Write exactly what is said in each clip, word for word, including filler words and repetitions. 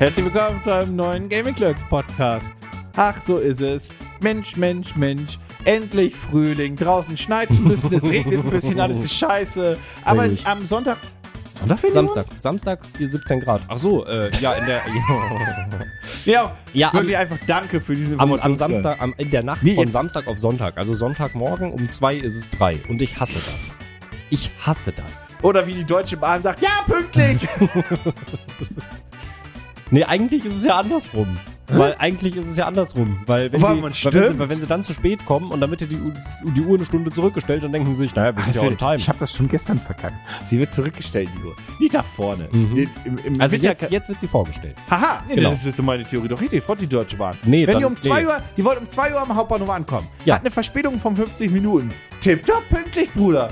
Herzlich willkommen zu einem neuen Gaming Clerks Podcast. Ach, so ist es. Mensch, Mensch, Mensch. Endlich Frühling. Draußen schneit es ein bisschen, es regnet ein bisschen, alles ist scheiße. Aber Eigentlich. am Sonntag... Sonntag für Samstag. Samstag siebzehn Grad. Ach so, äh, ja, in der... Ja, Ja, wirklich am- einfach danke für diesen am, am Informationsquellen. Samstag, am, in der Nacht Nee, von jetzt- Samstag auf Sonntag. Also Sonntagmorgen um zwei ist es drei. Und ich hasse das. Ich hasse das. Oder wie die Deutsche Bahn sagt, ja, pünktlich. Nee, eigentlich ist es ja andersrum. Weil eigentlich ist es ja andersrum. Weil wenn, Weil die, man weil wenn, sie, stimmt. weil wenn sie dann zu spät kommen und dann wird die, U- die Uhr eine Stunde zurückgestellt, dann denken sie sich, naja, wir sind ja on time. Ich habe das schon gestern verkackt. Sie wird zurückgestellt, die Uhr. Nicht nach vorne. Mhm. Im, im Also Winter- jetzt, jetzt wird sie vorgestellt. Haha, nee, Genau. das ist meine Theorie doch richtig. Freut die Deutsche Bahn. Nee, Wenn dann- die um zwei nee. Uhr, die wollte um zwei Uhr am Hauptbahnhof ankommen. Ja. Hat eine Verspätung von fünfzig Minuten. Tipptopp pünktlich, Bruder.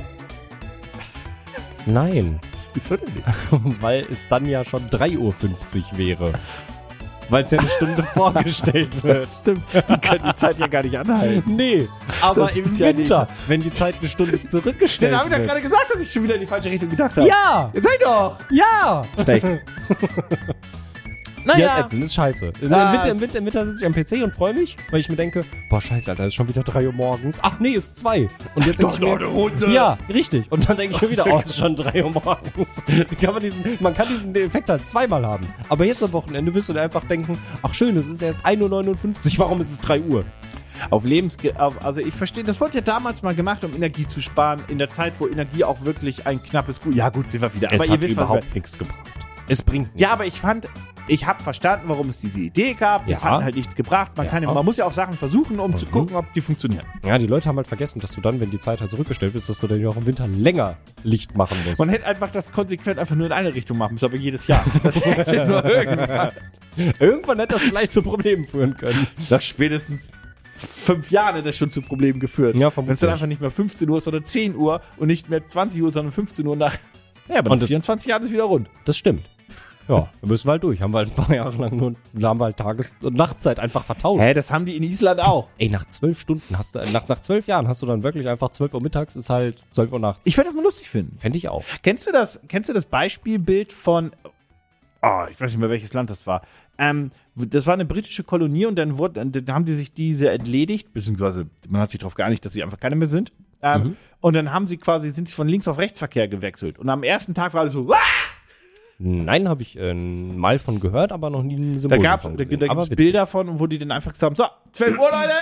Nein. Wieso denn nicht? Weil es dann ja schon drei Uhr fünfzig wäre. Weil es ja eine Stunde vorgestellt wird. Stimmt. Die können die Zeit ja gar nicht anhalten. Nee, aber Das im ist ja Winter, wenn die Zeit eine Stunde zurückgestellt Den habe ich doch wird. gerade gesagt, dass ich schon wieder in die falsche Richtung gedacht habe. Ja, Jetzt sei doch. ja. Schlecht. Ja, naja. ist ätzend, ist scheiße. Im, Ah, Winter, es- im, Winter, Im Winter sitze ich am P C und freue mich, weil ich mir denke, boah, scheiße, Alter, ist schon wieder drei Uhr morgens. Ach nee, ist zwei. Und jetzt denke ich mir, Runde. ja, richtig. Und dann denke ich mir wieder, oh, es ist schon drei Uhr morgens. Kann man, diesen, man kann diesen Effekt halt zweimal haben. Aber jetzt am Wochenende wirst du dir einfach denken, ach schön, es ist erst ein Uhr neunundfünfzig, warum ist es drei Uhr? Auf Lebens... Auf, also ich verstehe, das wurde ja damals mal gemacht, um Energie zu sparen. In der Zeit, wo Energie auch wirklich ein knappes Gut... Ja gut, sind wir wieder. Es aber hat ihr wisst, was überhaupt wir... nichts gebracht. Es bringt nichts. Ja, aber ich fand... Ich habe verstanden, warum es diese Idee gab. Das Ja. hat halt nichts gebracht. Man, kann, Ja. man muss ja auch Sachen versuchen, um zu gucken, ob die funktionieren. Ja, die Leute haben halt vergessen, dass du dann, wenn die Zeit halt zurückgestellt wird, dass du dann ja auch im Winter länger Licht machen musst. Man hätte einfach das konsequent einfach nur in eine Richtung machen müssen, aber jedes Jahr. Das hätte nur irgendwann. Irgendwann hätte das vielleicht zu Problemen führen können. Nach spätestens fünf Jahren hätte das schon zu Problemen geführt. Ja, Wenn es dann einfach nicht mehr fünfzehn Uhr ist, sondern zehn Uhr und nicht mehr zwanzig Uhr, sondern fünfzehn Uhr nach. Ja, aber Und nach das- vierundzwanzig Jahren ist wieder rund. Das stimmt. Ja, wir müssen wir halt durch. Haben wir halt ein paar Jahre lang nur, da haben wir halt Tages- und Nachtzeit einfach vertauscht. Hä, das haben die in Island auch. Ey, nach zwölf Stunden hast du, nach, nach zwölf Jahren hast du dann wirklich einfach zwölf Uhr mittags ist halt zwölf Uhr nachts. Ich würde das mal lustig finden. Fände ich auch. Kennst du das, kennst du das Beispielbild von, oh, ich weiß nicht mehr, welches Land das war. Ähm, das war eine britische Kolonie und dann, wurde, dann haben die sich diese entledigt, beziehungsweise man hat sich darauf geeinigt, dass sie einfach keine mehr sind. Ähm, Mhm. Und dann haben sie quasi, sind sie von links auf Rechtsverkehr gewechselt. Und am ersten Tag war alles so, Wah! Nein, habe ich äh, mal von gehört, aber noch nie ein Da Symbol gab davon da, gesehen. da aber gibt's witzig. Bilder von, wo die dann einfach gesagt haben, so, zwölf Uhr, Leute,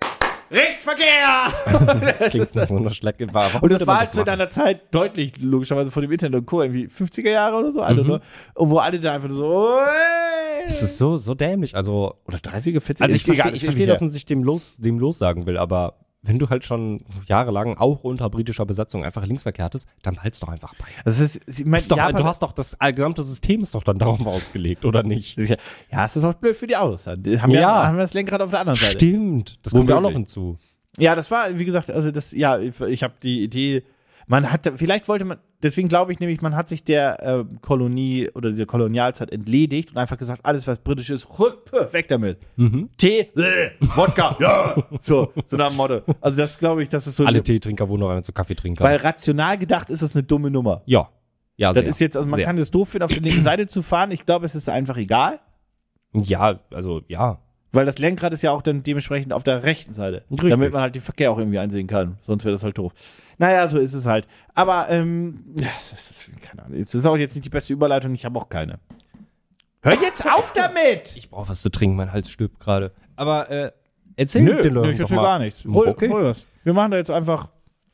Rechtsverkehr! Das klingt nach so einer Schlecke. Warum Und das würde war man halt so in machen? einer Zeit deutlich, logischerweise, von dem Internet und Co., irgendwie fünfziger Jahre oder so, I don't Mhm. know. Und wo alle da einfach so, Oi! Es ist so, so dämlich. Also, Oder dreißiger, vierziger. also ich ist egal, verstehe, ist ich verstehe, dass ewig man sich dem los, dem los sagen will, aber wenn du halt schon jahrelang auch unter britischer Besatzung einfach Linksverkehr hattest, dann halt's doch einfach bei. her. Das ist, ich mein, Ist doch, Japan- du hast doch das äh, gesamte System ist doch dann darauf ausgelegt, oder nicht? Das ist ja, ja, es ist auch blöd für die Autos. Die haben ja, Ja. haben wir das Lenkrad auf der anderen Seite. Stimmt, das kommt ja auch noch Womöglich. hinzu. Ja, das war, wie gesagt, also das, ja, ich, ich habe die Idee, man hat, vielleicht wollte man, deswegen glaube ich nämlich, man hat sich der äh, Kolonie oder dieser Kolonialzeit entledigt und einfach gesagt, alles was britisch ist, weg damit. Mhm. Tee, äh, Wodka, ja, so, so nach dem Motto. Also das glaube ich, das ist so, Alle Teetrinker wurden noch einmal zu Kaffeetrinker. weil rational gedacht ist das eine dumme Nummer. ja. Ja, Das sehr. ist jetzt, also man sehr. kann das doof finden, auf der linken Seite zu fahren. Ich glaube, es ist einfach egal, Ja, also, ja. weil das Lenkrad ist ja auch dann dementsprechend auf der rechten Seite, Richtig. damit man halt den Verkehr auch irgendwie einsehen kann. Sonst wäre das halt doof. Naja, so ist es halt. Aber, ähm, ja, das ist, keine Ahnung. Das ist auch jetzt nicht die beste Überleitung. Ich habe auch keine. Hör jetzt auf damit! Ich brauche was zu trinken, mein Hals stirbt gerade. Aber, äh, erzähl Nö, den nö, Leuten ich doch erzähl mal. gar nichts. Hol, Okay. hol was. Wir machen da jetzt einfach.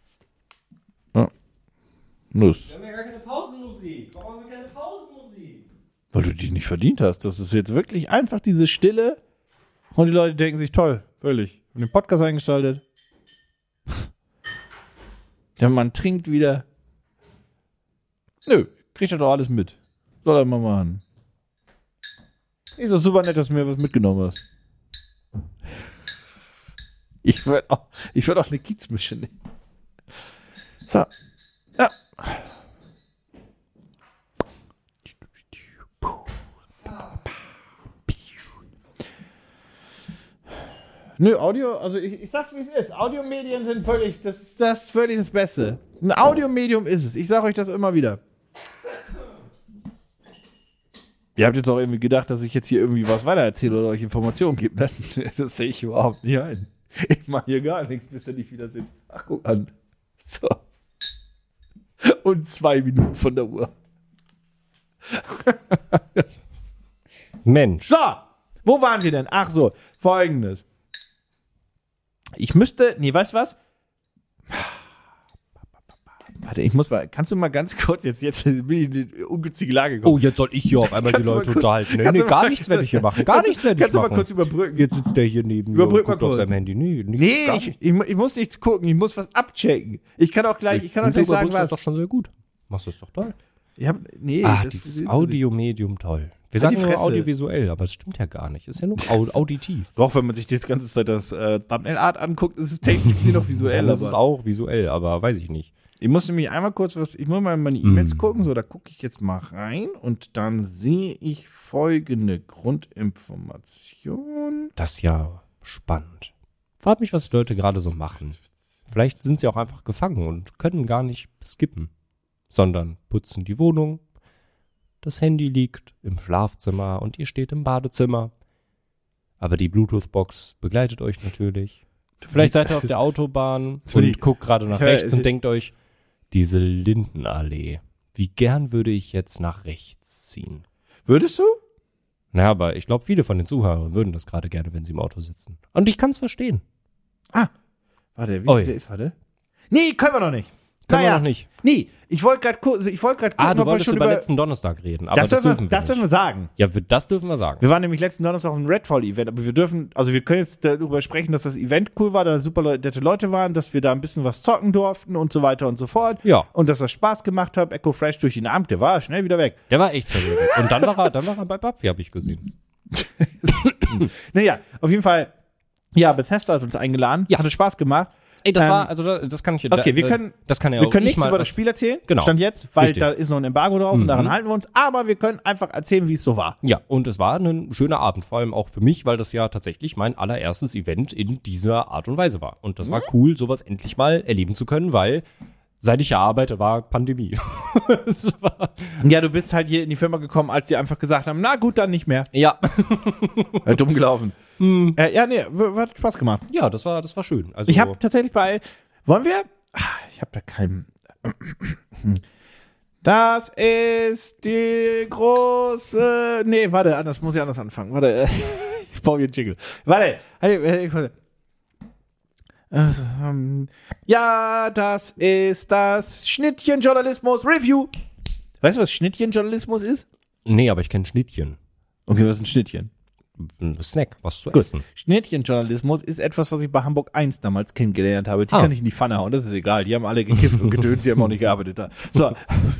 Ja. Nuss. Wir haben ja gar keine Pausenmusik. Warum haben wir keine Pausenmusik? Weil du die nicht verdient hast. Das ist jetzt wirklich einfach diese Stille. Und die Leute denken sich, toll, wirklich. Und den Podcast eingeschaltet. Der Mann trinkt wieder. Nö, kriegt er doch alles mit. Soll er mal machen. Ist doch super nett, dass du mir was mitgenommen hast. Ich würde auch, ich würd auch eine Kiezmische nehmen. So. Ja. Nö, Audio, also ich, ich sag's wie es ist. Audiomedien sind völlig, das ist das völlig das Beste. Ein Audiomedium ist es. Ich sag euch das immer wieder. Ihr habt jetzt auch irgendwie gedacht, dass ich jetzt hier irgendwie was weitererzähle oder euch Informationen gebe. Ne? Das sehe ich überhaupt nicht ein. Ich mache hier gar nichts, bis er nicht wieder sitzt. Ach, guck an. So. Und zwei Minuten von der Uhr. Mensch. So, wo waren wir denn? Ach so, folgendes. Ich müsste, nee, weißt du was? Warte, ich muss mal, kannst du mal ganz kurz, jetzt, jetzt bin ich in eine ungünstige Lage gekommen. Oh, jetzt soll ich hier auf einmal die Kannst du Leute mal kurz- unterhalten. Nee, kannst nee du gar mal- nichts werde ich hier machen. Gar nichts werde ich Kannst du machen. mal kurz überbrücken? Jetzt sitzt der hier neben mir Überbrück und mal guckt auf kurz. seinem Handy. Nee, nicht, Nee, gar ich, nicht. ich, mu- ich muss nichts gucken, ich muss was abchecken. Ich kann auch gleich, ich kann auch Und du gleich sagen, überbrückst das was. doch schon sehr gut. Machst du es doch toll. Ich hab, nee, Ah, das dieses ist- Audiomedium toll. Wir Halt die sagen nur Fresse. audiovisuell, aber es stimmt ja gar nicht. Ist ja nur au auditiv. Doch, wenn man sich die ganze Zeit das äh, Thumbnail-Art anguckt, ist es technisch gesehen noch visuell. Das ist aber auch visuell, aber weiß ich nicht. ich muss nämlich einmal kurz was, ich muss mal in meine E-Mails gucken, so, da gucke ich jetzt mal rein und dann sehe ich folgende Grundinformation. Das ist ja spannend. Frag mich, was die Leute gerade so machen. Vielleicht sind sie auch einfach gefangen und können gar nicht skippen, sondern putzen die Wohnung. Das Handy liegt im Schlafzimmer und ihr steht im Badezimmer. Aber die Bluetooth-Box begleitet euch natürlich. Vielleicht seid ihr auf der Autobahn und guckt gerade nach Ja, rechts es- und denkt euch, diese Lindenallee, wie gern würde ich jetzt nach rechts ziehen. Würdest du? Naja, aber ich glaube, viele von den Zuhörern würden das gerade gerne, wenn sie im Auto sitzen. Und ich kann es verstehen. Ah, warte, wie Oi. viel der ist, warte? Nee, können wir noch nicht. Können Naja, wir noch nicht. Nee, ich wollte gerade gucken, ich wollte gerade gucken, Ah, du ob wir wolltest schon über, über, letzten Donnerstag reden, aber das, das, dürfen, dürfen wir, wir das nicht. dürfen wir sagen. Ja, wir, das dürfen wir sagen. Wir waren nämlich letzten Donnerstag auf einem Redfall-Event, aber wir dürfen, also wir können jetzt darüber sprechen, dass das Event cool war, da super Leute, nette Leute waren, dass wir da ein bisschen was zocken durften und so weiter und so fort. Ja. Und dass das Spaß gemacht hat, Echo Fresh durch den Abend, der war schnell wieder weg. Der war echt schnell weg. Und dann war er, dann war er bei Buffy, habe ich gesehen. Naja, auf jeden Fall, ja, Bethesda hat uns eingeladen, Ja. hatte Spaß gemacht. Ey, das Ähm, war, also das, das kann ich Okay, da, wir äh, können, das kann ja wir auch können ich nichts mal über das was- Spiel erzählen, Genau. Stand jetzt, weil Richtig. da ist noch ein Embargo drauf und daran halten wir uns, aber wir können einfach erzählen, wie es so war. Ja, und es war ein schöner Abend, vor allem auch für mich, weil das ja tatsächlich mein allererstes Event in dieser Art und Weise war. Und das war cool, sowas endlich mal erleben zu können, weil seit ich ja arbeite, war Pandemie. Es war, Ja, du bist halt hier in die Firma gekommen, als sie einfach gesagt haben, na gut, dann nicht mehr. ja. Äh, dumm gelaufen. Äh, ja, nee, w- hat Spaß gemacht. Ja, das war, das war schön. Also, Ich habe tatsächlich bei, wollen wir? Ah, Ich habe da keinen. Das ist die große. Nee, warte, anders muss ich anders anfangen. Warte, äh, ich baue hier einen Jingle. Warte, halt, äh, warte. Also, ähm, ja, das ist das Schnittchenjournalismus Review. Weißt du, was Schnittchenjournalismus ist? nee, aber ich kenne Schnittchen. Okay, was ist ein Schnittchen? Ein Snack, was zu Gut. essen. Schnittchenjournalismus ist etwas, was ich bei Hamburg eins damals kennengelernt habe. Die Ah. kann ich in die Pfanne hauen, das ist egal. Die haben alle gekifft und gedönt, sie haben auch nicht gearbeitet da. So.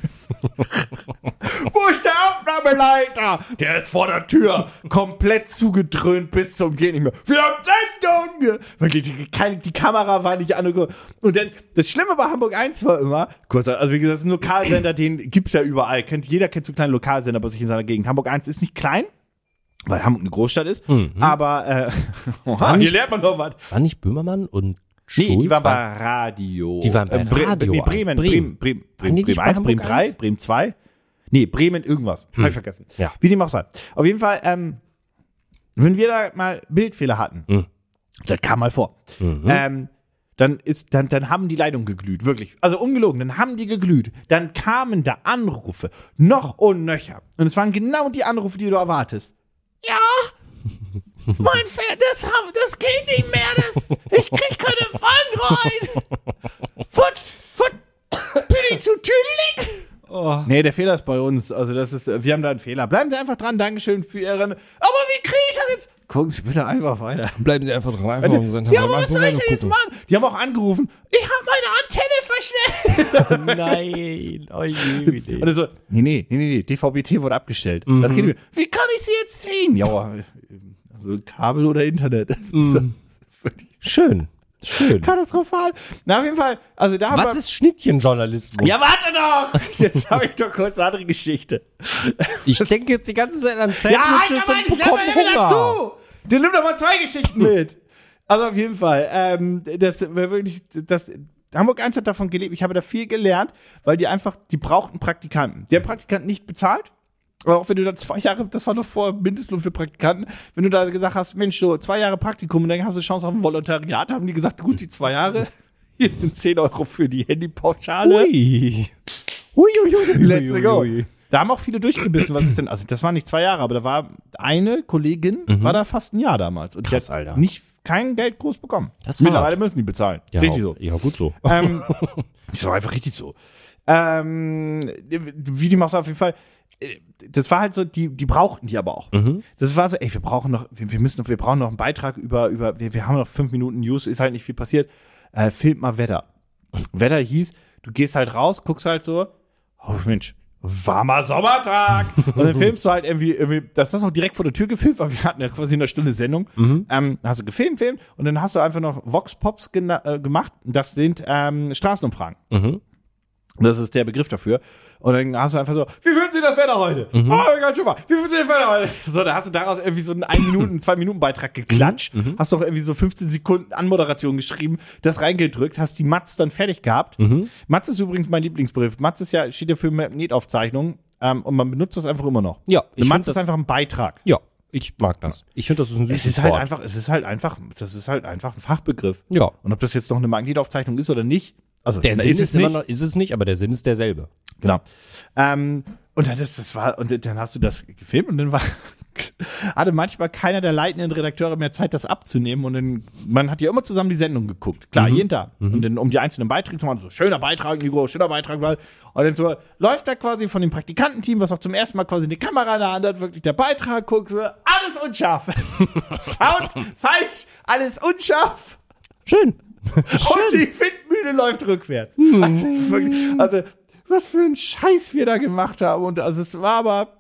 Wo ist der Aufnahmeleiter? Der ist vor der Tür, komplett zugedröhnt bis zum Gehen nicht mehr. Wir haben Sendung! Wirklich, die, keine, die Kamera war nicht an. Und dann, das Schlimme bei Hamburg eins war immer, kurz, also wie gesagt, das ist ein Lokalsender, den gibt's ja überall. Kennt, jeder kennt so kleine Lokalsender bei sich in seiner Gegend. Hamburg eins ist nicht klein, weil Hamburg eine Großstadt ist, aber äh, oha, hier lernt man noch was. War nicht Böhmermann und Nee, Schulz? die waren bei Radio. Die waren bei Äh, Bre Radio Nee, eins. Bremen, Bremen. Bremen, Bremen, Waren Bremen, die nicht Bremen bei eins, Hamburg Bremen drei, eins? Bremen zwei. Nee, Bremen irgendwas. Hab ich vergessen. Ja. Wie dem auch sei. Auf jeden Fall, ähm, wenn wir da mal Bildfehler hatten, Mhm. das kam mal vor, ähm, dann ist, dann, dann haben die Leitungen geglüht, wirklich. Also ungelogen, dann haben die geglüht. Dann kamen da Anrufe, noch und nöcher. Und es waren genau die Anrufe, die du erwartest. Ja, mein Pferd, das, haben- das geht nicht mehr, das, ich krieg keine Fang rein. Fut, fut, bin ich zu tüdelig? Oh. Nee, der Fehler ist bei uns. Also das ist, wir haben da einen Fehler. Bleiben Sie einfach dran, Dankeschön für Ihre. Aber wie kriege ich das jetzt? Gucken Sie bitte einfach weiter. Bleiben Sie einfach dran. Einfach um Ja, aber was soll ich denn jetzt machen? Die haben auch angerufen. Ich habe meine Antenne verstellt. Nein, oh je, wie Und er so, nee, nee, nee, nee, D V B T wurde abgestellt. Das geht nicht mehr. Wie kann ich sie jetzt ziehen? Ja, also Kabel oder Internet. Das ist so, Schön, schön. katastrophal. Na, auf jeden Fall, also da haben Was wir, ist Schnittchenjournalismus? ja, warte doch! Jetzt habe ich doch kurz eine andere Geschichte. Ich denke jetzt die ganze Zeit an Ja, Sandwiches halt und bekomme Hunger. dazu! Der nimmt doch mal zwei Geschichten mit. Also auf jeden Fall, ähm, das war wirklich, das, Hamburg eins hat davon gelebt. Ich habe da viel gelernt, weil die einfach, die brauchten Praktikanten. Die haben Praktikanten nicht bezahlt. Aber auch wenn du da zwei Jahre, das war doch vor Mindestlohn für Praktikanten, wenn du da gesagt hast, Mensch, so zwei Jahre Praktikum und dann hast du Chance auf ein Volontariat, haben die gesagt, gut, die zwei Jahre, hier sind zehn Euro für die Handypauschale. Ui. Hui, hui, hui, let's Ui, go. ui, ui. Da haben auch viele durchgebissen, was ist denn, also das waren nicht zwei Jahre, aber da war eine Kollegin, Mhm. war da fast ein Jahr damals. Und Krass, die hat Alter. nicht, kein Geld groß bekommen. Das ist Mittlerweile hart. müssen die bezahlen. Ja, Richtig so. Ja, gut so. ähm, ist doch einfach richtig so. Ähm, wie die machst du auf jeden Fall. Das war halt so, die, die brauchten die aber auch. Mhm. Das war so, ey, wir brauchen noch, wir, wir müssen noch, wir brauchen noch einen Beitrag über, über, wir, wir haben noch fünf Minuten News, ist halt nicht viel passiert. Äh, filmt mal Wetter. Wetter hieß, du gehst halt raus, guckst halt so, oh Mensch, warmer Sommertag. Und dann filmst du halt irgendwie, irgendwie, das ist auch direkt vor der Tür gefilmt, weil wir hatten ja quasi eine Stunde Sendung. Mhm. Ähm, hast du gefilmt, filmt und dann hast du einfach noch Vox Pops gena- äh, gemacht. Das sind ähm, Straßenumfragen. Mhm. Das ist der Begriff dafür. Und dann hast du einfach so, wie finden Sie das Wetter heute? Mhm. Oh, ganz schon mal. Wie finden Sie das Wetter heute? So, da hast du daraus irgendwie so einen ein Minuten, zwei Minuten Beitrag geklatscht. Mhm. Hast doch irgendwie so fünfzehn Sekunden Anmoderation geschrieben, das reingedrückt, hast die Matz dann fertig gehabt. Mhm. Matz ist übrigens mein Lieblingsbegriff. Matz ist ja, steht ja für Magnetaufzeichnung. Ähm, und man benutzt das einfach immer noch. Ja, ich Matz find ist das- einfach ein Beitrag. Ja, ich mag das. Ich finde, das ist ein süßes Es ist halt Wort. einfach, es ist halt einfach, das ist halt einfach ein Fachbegriff. Ja. Und ob das jetzt noch eine Magnetaufzeichnung ist oder nicht, also Der na, Sinn ist, es immer nicht. noch, ist es nicht, aber der Sinn ist derselbe. Genau. Ähm, und dann ist das war und dann hast du das gefilmt und dann war hatte manchmal keiner der leitenden Redakteure mehr Zeit, das abzunehmen und dann man hat ja immer zusammen die Sendung geguckt, klar, jeden Tag. Und dann um die einzelnen Beiträge zu machen, so schöner Beitrag, Nico, schöner Beitrag, weil und dann so läuft da quasi von dem Praktikantenteam, was auch zum ersten Mal quasi eine Kamera in der Hand hat, wirklich der Beitrag, guckst du, alles unscharf. Sound falsch, alles unscharf. Schön. Und die Windmühle läuft rückwärts. Also, wirklich, also, was für ein Scheiß wir da gemacht haben. Und also, es war aber.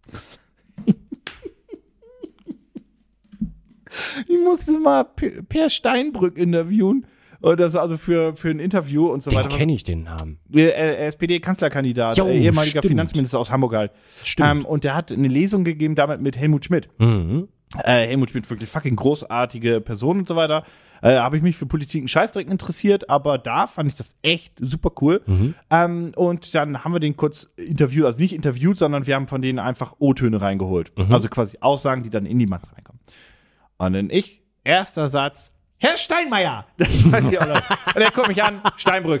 Ich musste mal P- Per Steinbrück interviewen. Und das also für, für ein Interview und so Den weiter. kenne ich, den Namen. Äh, S P D-Kanzlerkandidat, Jo, äh, ehemaliger stimmt. Finanzminister aus Hamburg halt. Stimmt. Ähm, und der hat eine Lesung gegeben damit mit Helmut Schmidt. Mhm. Äh, Helmut Schmidt, wirklich fucking großartige Person und so weiter. Äh, habe ich mich für Politik einen Scheißdreck interessiert, aber da fand ich das echt super cool. Mhm. Ähm, und dann haben wir den kurz interviewt, also nicht interviewt, sondern wir haben von denen einfach O-Töne reingeholt. Mhm. Also quasi Aussagen, die dann in die Matz reinkommen. Und dann ich, erster Satz, Herr Steinmeier! Das weiß ich auch noch. Und er guckt mich an, Steinbrück.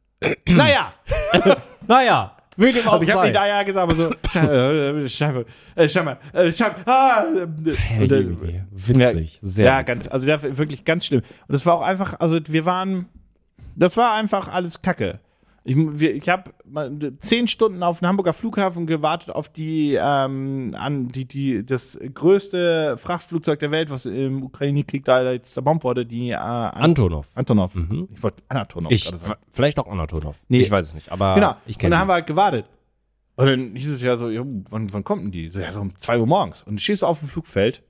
Naja. Naja, will dem auch Also ich habe sein. nicht naja gesagt, aber so, Steinbrück, Steinbrück, äh, Steinmeier, äh, Steinbrück, ah, äh, und dann- Hey, witzig, sehr ja, witzig. ganz, also der, wirklich ganz schlimm. Und das war auch einfach, also wir waren, das war einfach alles Kacke. Ich, wir- ich habe zehn Stunden auf den Hamburger Flughafen gewartet auf die, ähm, an die, die, das größte Frachtflugzeug der Welt, was im Ukraine-Krieg da jetzt zerbombt wurde, die äh, An- Antonov. Antonov. Ich wollte Anatonov Ich, gerade sagen. vielleicht auch Anatonov. Nee. Ich weiß es nicht, aber Genau. ich Und kenne dann haben wir halt gewartet. Und dann hieß es ja so, jo, wann, wann kommt denn die? So, ja, so um zwei Uhr morgens. Und du stehst so auf dem Flugfeld.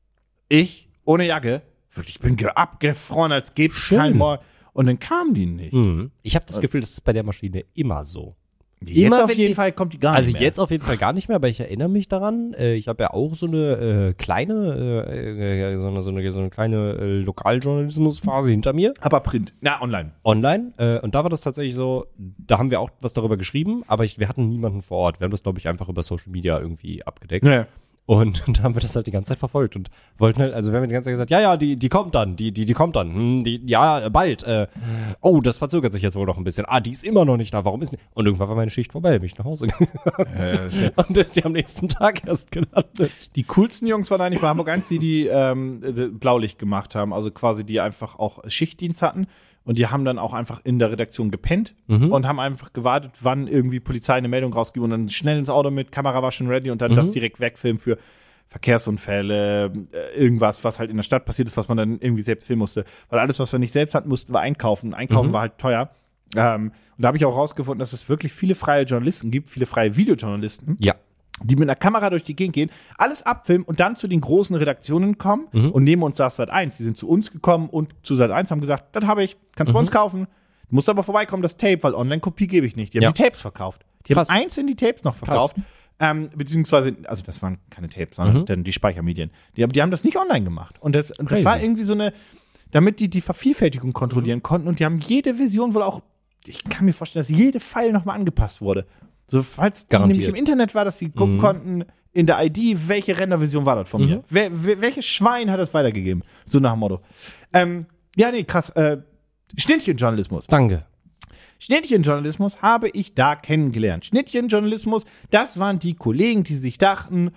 Ich, ohne Jacke. Wirklich, ich bin ge- abgefroren, als gäbe es Schön. keinen Morgen. Und dann kamen die nicht. Mhm. Ich habe das Gefühl, das ist bei der Maschine immer so. Jetzt Immer auf wenn jeden die- Fall kommt die gar Also nicht mehr. jetzt auf jeden Fall gar nicht mehr, aber ich erinnere mich daran. Äh, ich habe ja auch so eine äh, kleine, äh, äh, so eine, so eine, so eine kleine äh, Lokaljournalismusphase hinter mir. Aber Print. Na, online. Online. Äh, und da war das tatsächlich so, da haben wir auch was darüber geschrieben, aber ich, wir hatten niemanden vor Ort. Wir haben das, glaube ich, einfach über Social Media irgendwie abgedeckt. Ja. Und, und da haben wir das halt die ganze Zeit verfolgt und wollten halt, also wir haben die ganze Zeit gesagt, ja, ja, die, die kommt dann, die, die, die kommt dann, hm, die, ja, bald, äh, oh, das verzögert sich jetzt wohl noch ein bisschen, ah, die ist immer noch nicht da, warum ist nicht? Und irgendwann war meine Schicht vorbei, bin ich nach Hause gegangen Äh, und ist die am nächsten Tag erst gelandet. die coolsten Jungs waren eigentlich bei Hamburg eins, die die ähm, äh, Blaulicht gemacht haben. Also quasi die einfach auch Schichtdienst hatten. Und die haben dann auch einfach in der Redaktion gepennt Mhm. und haben einfach gewartet, wann irgendwie Polizei eine Meldung rausgibt und dann schnell ins Auto mit, Kamera war schon ready und dann Mhm. das direkt wegfilmen für Verkehrsunfälle, äh, irgendwas, was halt in der Stadt passiert ist, was man dann irgendwie selbst filmen musste. Weil alles, was wir nicht selbst hatten, mussten wir einkaufen. Einkaufen Mhm. war halt teuer. Ähm, und da habe ich auch rausgefunden, dass es wirklich viele freie Journalisten gibt, viele freie Videojournalisten, Ja. die mit einer Kamera durch die Gegend gehen, alles abfilmen und dann zu den großen Redaktionen kommen und neben uns saß Sat eins. Die sind zu uns gekommen und zu Sat eins haben gesagt, das habe ich, kannst du bei uns kaufen. Du musst aber vorbeikommen, das Tape, weil Online-Kopie gebe ich nicht. Die haben Ja. die Tapes verkauft. Die Krass. haben einzeln die Tapes noch verkauft. Ähm, beziehungsweise, also das waren keine Tapes, sondern dann die Speichermedien. Die, haben- die haben das nicht online gemacht. Und das, und das Crazy. war irgendwie so eine, damit die die Vervielfältigung kontrollieren konnten und die haben jede Version wohl auch, ich kann mir vorstellen, dass jede File nochmal angepasst wurde. So, falls die Garantiert. nämlich im Internet war, dass sie gucken Mhm. konnten in der I D, welche Renderversion war das von mir? Mhm. Wer, wer, welches Schwein hat das weitergegeben? So nach dem Motto. Ähm, ja, nee, krass. Äh, Schnittchenjournalismus. Danke. Schnittchenjournalismus habe ich da kennengelernt. Schnittchenjournalismus, das waren die Kollegen, die sich dachten,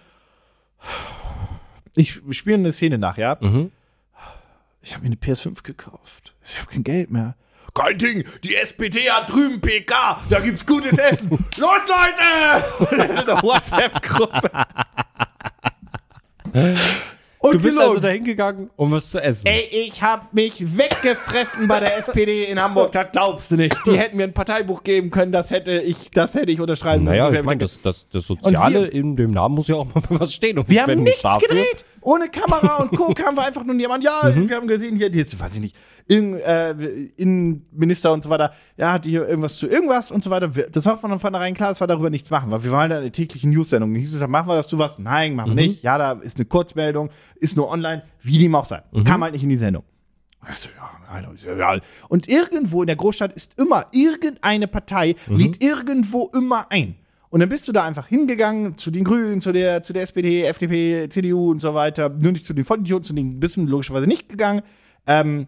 ich spiele eine Szene nach, ja? Mhm. Ich habe mir eine P S fünf gekauft. Ich habe kein Geld mehr. Kein Ding, die S P D hat drüben P K, da gibt's gutes Essen. Los, Leute! In der WhatsApp-Gruppe. Und Du bist gelogen. also dahin gegangen, um was zu essen. Ey, ich hab mich weggefressen bei der S P D in Hamburg, das glaubst du nicht. Die hätten mir ein Parteibuch geben können, das hätte ich, das hätte ich unterschreiben Naja, müssen. ich meine, das, das, das Soziale wir- in dem Namen muss ja auch mal für was stehen. Und Wir haben wenn nichts dafür- gedreht. Ohne Kamera und Co. kamen wir einfach nur jemand, ja, Mhm. wir haben gesehen, hier, jetzt weiß ich nicht, irgend, äh, Innenminister und so weiter, ja, hat hier irgendwas zu irgendwas und so weiter. Wir- Das war von vornherein klar, dass wir darüber nichts machen, weil wir waren da eine tägliche News-Sendung. Hieß es, dann machen wir das zu was? Nein, machen wir Mhm. nicht. Ja, da ist eine Kurzmeldung, ist nur online, wie dem auch sei. Mhm. Kam halt nicht in die Sendung. Also, ja, nein, ist ja egal. Und irgendwo in der Großstadt ist immer irgendeine Partei, Mhm. lädt irgendwo immer ein. Und dann bist du da einfach hingegangen zu den Grünen, zu der, zu der S P D, F D P, C D U und so weiter. Nur nicht zu den Vollidioten, zu den bist du logischerweise nicht gegangen. Ähm,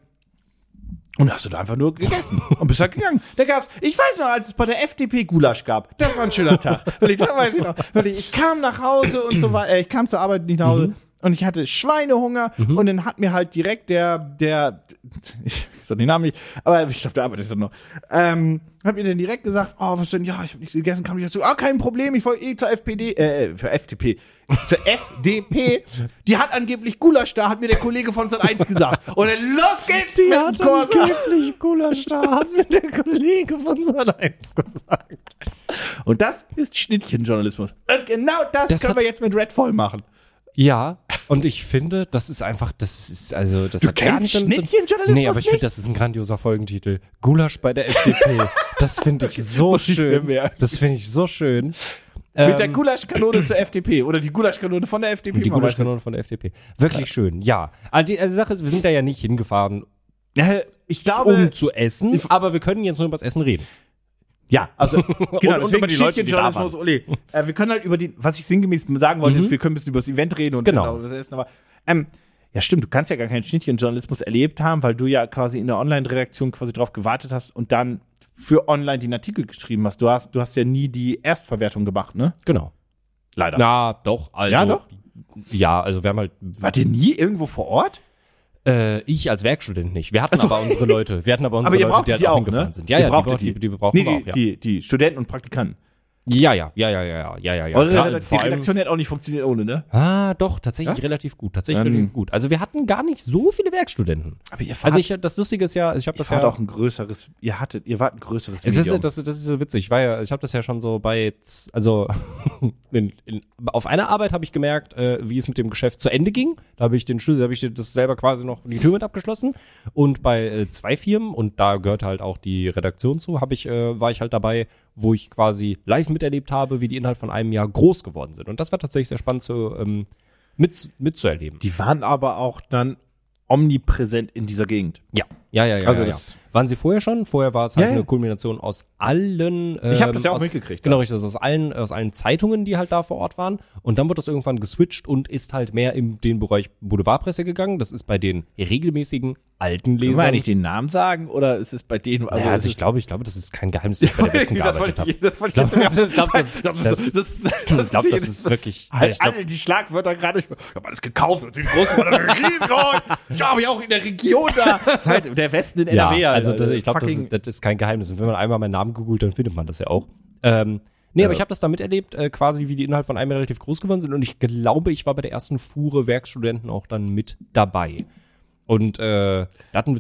und hast du da einfach nur gegessen und bist halt gegangen. Da gab's, ich weiß noch, als es bei der F D P Gulasch gab, das war ein schöner Tag. Wirklich, das weiß ich noch. Wirklich, ich kam nach Hause und so weiter, äh, ich kam zur Arbeit nicht nach Hause. Mhm. Und ich hatte Schweinehunger und dann hat mir halt direkt der, der, ich sag den Namen nicht, aber ich glaube, der arbeitet dann noch, ähm, hat mir dann direkt gesagt, oh, was denn, ja, ich habe nichts gegessen, kam ich dazu, ah, kein Problem, ich wollte eh zur F P D, äh, für F D P, zur F D P, die hat angeblich Gulasch da, hat mir der Kollege von Sat eins gesagt. Und dann los geht's Die mit hat dem Corsa. angeblich Gulasch da, hat mir der Kollege von Sat eins gesagt. Und das ist Schnittchenjournalismus. Und genau das, Das können hat- wir jetzt mit Redfall machen. Ja, und ich finde, das ist einfach, das ist, also, das Du hat gar kennst nicht damit zu- Schnittchenjournalismus Nee, aber ich nicht? finde, das ist ein grandioser Folgentitel. Gulasch bei der F D P. Das finde ich so Muss ich mir schön. merken. Das finde ich so schön. Mit der Ähm, Gulaschkanone zur F D P oder die Gulaschkanone von der F D P. Die man weiß Gulaschkanone von der F D P. Wirklich schön, ja. Also die, also die Sache ist, wir sind da ja nicht hingefahren, nicht. Ja, ich glaube, um zu essen, aber wir können jetzt nur über das Essen reden. ja, also genau, und deswegen über die Leute, die da Schnittchenjournalismus, Uli. Äh, wir können halt über die, was ich sinngemäß sagen wollte, ist, wir können ein bisschen über das Event reden und Genau. dann über das Essen, aber ähm, ja, stimmt, du kannst ja gar keinen Schnittchenjournalismus erlebt haben, weil du ja quasi in der Online-Redaktion quasi drauf gewartet hast und dann für online den Artikel geschrieben hast. Du hast, du hast ja nie die Erstverwertung gemacht, ne? Genau. Leider. Na, doch, also. Ja, doch? Ja, also wir haben halt, Wart ihr nie irgendwo vor Ort? äh, ich als Werkstudent nicht. Wir hatten aber unsere Leute. Wir hatten aber unsere Aber ihr Leute, braucht die halt die auch auch, hingefahren ne? sind. Ja, Ihr ja, die, brauchtet braucht- die. die, die brauchen Nee, wir die, auch, ja. die, die Studenten und Praktikanten. Ja, ja, ja, ja, ja, ja, ja, ja, ja. Eure Klar, Redakt- die vor allem- Redaktion hätte auch nicht funktioniert ohne, ne? Ah, doch, tatsächlich Ja? relativ gut. Tatsächlich Ähm. relativ gut. Also wir hatten gar nicht so viele Werkstudenten. Aber ihr Also ich, das Lustige ist ja, ich habe das das war ja auch ein größeres, ihr hattet, ihr wart ein größeres Es Medium. ist, das, das ist so witzig, weil ich habe das ja schon so bei, z- also in, in, auf einer Arbeit habe ich gemerkt, äh, wie es mit dem Geschäft zu Ende ging. Da habe ich den Schlüssel, habe ich das selber quasi noch die Tür mit abgeschlossen. Und bei äh, zwei Firmen, und da gehört halt auch die Redaktion zu, habe ich, äh, war ich halt dabei, wo ich quasi live miterlebt habe, wie die innerhalb von einem Jahr groß geworden sind. Und das war tatsächlich sehr spannend zu, ähm, mit, mitzuerleben. Die waren aber auch dann omnipräsent in dieser Gegend. Ja, ja, ja, ja. Also ja, ja. das- Waren sie vorher schon? Vorher war es halt Ja, ja. eine Kulmination aus allen. Ähm, Ich hab das ja auch aus, mitgekriegt, Genau, ja. richtig. Also aus allen, aus allen Zeitungen, die halt da vor Ort waren. Und dann wird das irgendwann geswitcht und ist halt mehr in den Bereich Boulevardpresse gegangen. Das ist bei den regelmäßigen alten Können wir Lesern. eigentlich den Namen sagen oder ist es bei denen? Also, ja, also ich glaube, ich glaube, das ist kein Geheimnis, dass ich bei der Besten das gearbeitet wollte habe. ich, das wollte ich Ich glaube, jetzt das, ich glaub, das, Ich glaub, das, das, das, das, ich glaub, das ist wirklich- Halt ich glaub- alle die Schlagwörter gerade. Ich habe alles gekauft und den großen riesengroß. Ja, habe ich auch in der Region da. Das ist halt der Westen in N R W. ja, also Alter. das, ich glaube, das, Fucking- ist- das ist kein Geheimnis. Und wenn man einmal meinen Namen googelt, dann findet man das ja auch. Ähm, nee, aber ich habe das da miterlebt, äh, quasi wie die innerhalb von einem Jahr relativ groß geworden sind. Und ich glaube, ich war bei der ersten Fuhre Werkstudenten auch dann mit dabei. Und äh, da hatten wir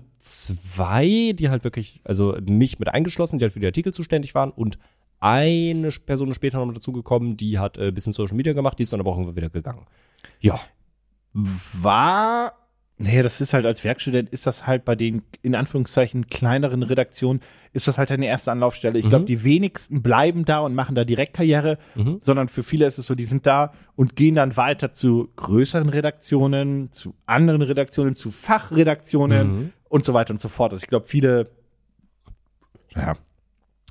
zwei, die halt wirklich, also mich mit eingeschlossen, die halt für die Artikel zuständig waren. Und eine Person ist später noch mit dazugekommen, die hat äh, ein bisschen Social Media gemacht, die ist dann aber auch irgendwann wieder gegangen. Ja. war, nee, das ist halt als Werkstudent, ist das halt bei den, in Anführungszeichen, kleineren Redaktionen, ist das halt deine erste Anlaufstelle. Ich glaube, die wenigsten bleiben da und machen da direkt Karriere, Mhm. sondern für viele ist es so, die sind da und gehen dann weiter zu größeren Redaktionen, zu anderen Redaktionen, zu Fachredaktionen Mhm. und so weiter und so fort. Also ich glaube, viele, ja,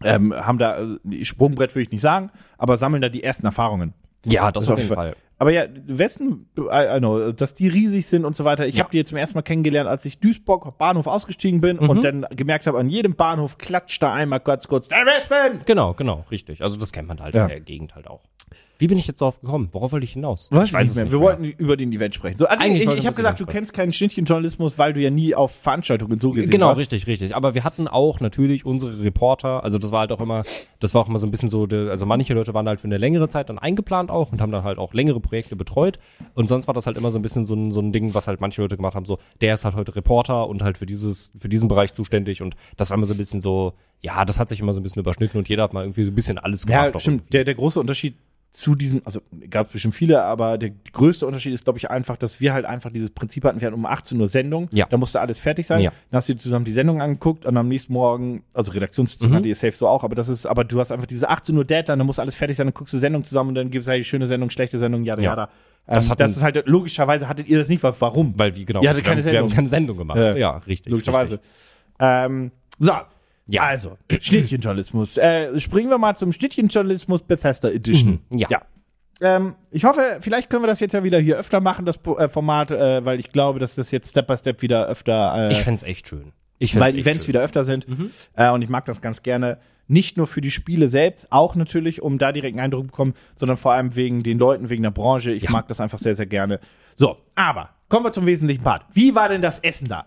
ähm, haben da, äh, Sprungbrett würde ich nicht sagen, aber sammeln da die ersten Erfahrungen. Ja, das, Das auf auf jeden Fall. Aber ja, Westen, I, I know, dass die riesig sind und so weiter. Ich Ja. habe die jetzt zum ersten Mal kennengelernt, als ich Duisburg Bahnhof ausgestiegen bin Mhm. und dann gemerkt habe, an jedem Bahnhof klatscht da einmal ganz kurz der Westen. Genau, genau, richtig. Also das kennt man halt Ja. in der Gegend halt auch. Wie bin ich jetzt darauf gekommen? Worauf wollte ich hinaus? Weiß ich weiß es mehr. nicht Wir mehr. wollten über den Event sprechen. So, Eigentlich ich wollten ich wir habe über gesagt, das du Event kennst keinen Schnittchenjournalismus, weil du ja nie auf Veranstaltungen so gesehen Genau, hast. richtig, richtig. Aber wir hatten auch natürlich unsere Reporter, also das war halt auch immer, das war auch immer so ein bisschen so, de, also manche Leute waren halt für eine längere Zeit dann eingeplant auch und haben dann halt auch längere Projekte betreut und sonst war das halt immer so ein bisschen so ein, so ein Ding, was halt manche Leute gemacht haben, so, der ist halt heute Reporter und halt für dieses, für diesen Bereich zuständig und das war immer so ein bisschen so, ja, das hat sich immer so ein bisschen überschnitten und jeder hat mal irgendwie so ein bisschen alles gemacht. Ja, auch stimmt. irgendwie. Der, der große Unterschied zu diesem, also gab es bestimmt viele, aber der größte Unterschied ist, glaube ich, einfach, dass wir halt einfach dieses Prinzip hatten, wir hatten um achtzehn Uhr Sendung, Ja. da musste alles fertig sein, Ja. dann hast du dir zusammen die Sendung angeguckt und am nächsten Morgen, also Redaktionsteam Mhm. hatte ihr safe so auch, aber das ist, aber du hast einfach diese achtzehn Uhr Deadline, dann muss alles fertig sein, dann guckst du Sendung zusammen und dann gibt's halt die schöne Sendung, schlechte Sendung, jada, Ja. jada. Das Ähm, hatten- das ist halt, logischerweise hattet ihr das nicht, wa- warum? Weil wie, genau, Ihr hattet wir, keine haben, wir haben Sendung. keine Sendung gemacht. Ja. Ja, richtig. Logischerweise. Richtig. Ähm, so. Ja. Also, Schnittchenjournalismus. Äh, springen wir mal zum Schnittchenjournalismus Bethesda Edition. Mhm, ja. ja. Ähm, ich hoffe, vielleicht können wir das jetzt ja wieder hier öfter machen, das äh, Format, äh, weil ich glaube, dass das jetzt Step by Step wieder öfter, äh, Ich fänd's echt schön. Ich fänd's weil echt Events schön. wieder öfter sind. Äh, und ich mag das ganz gerne. Nicht nur für die Spiele selbst, auch natürlich, um da direkt einen Eindruck zu bekommen, sondern vor allem wegen den Leuten, wegen der Branche. Ich Ja. mag das einfach sehr, sehr gerne. So, aber kommen wir zum wesentlichen Part. Wie war denn das Essen da?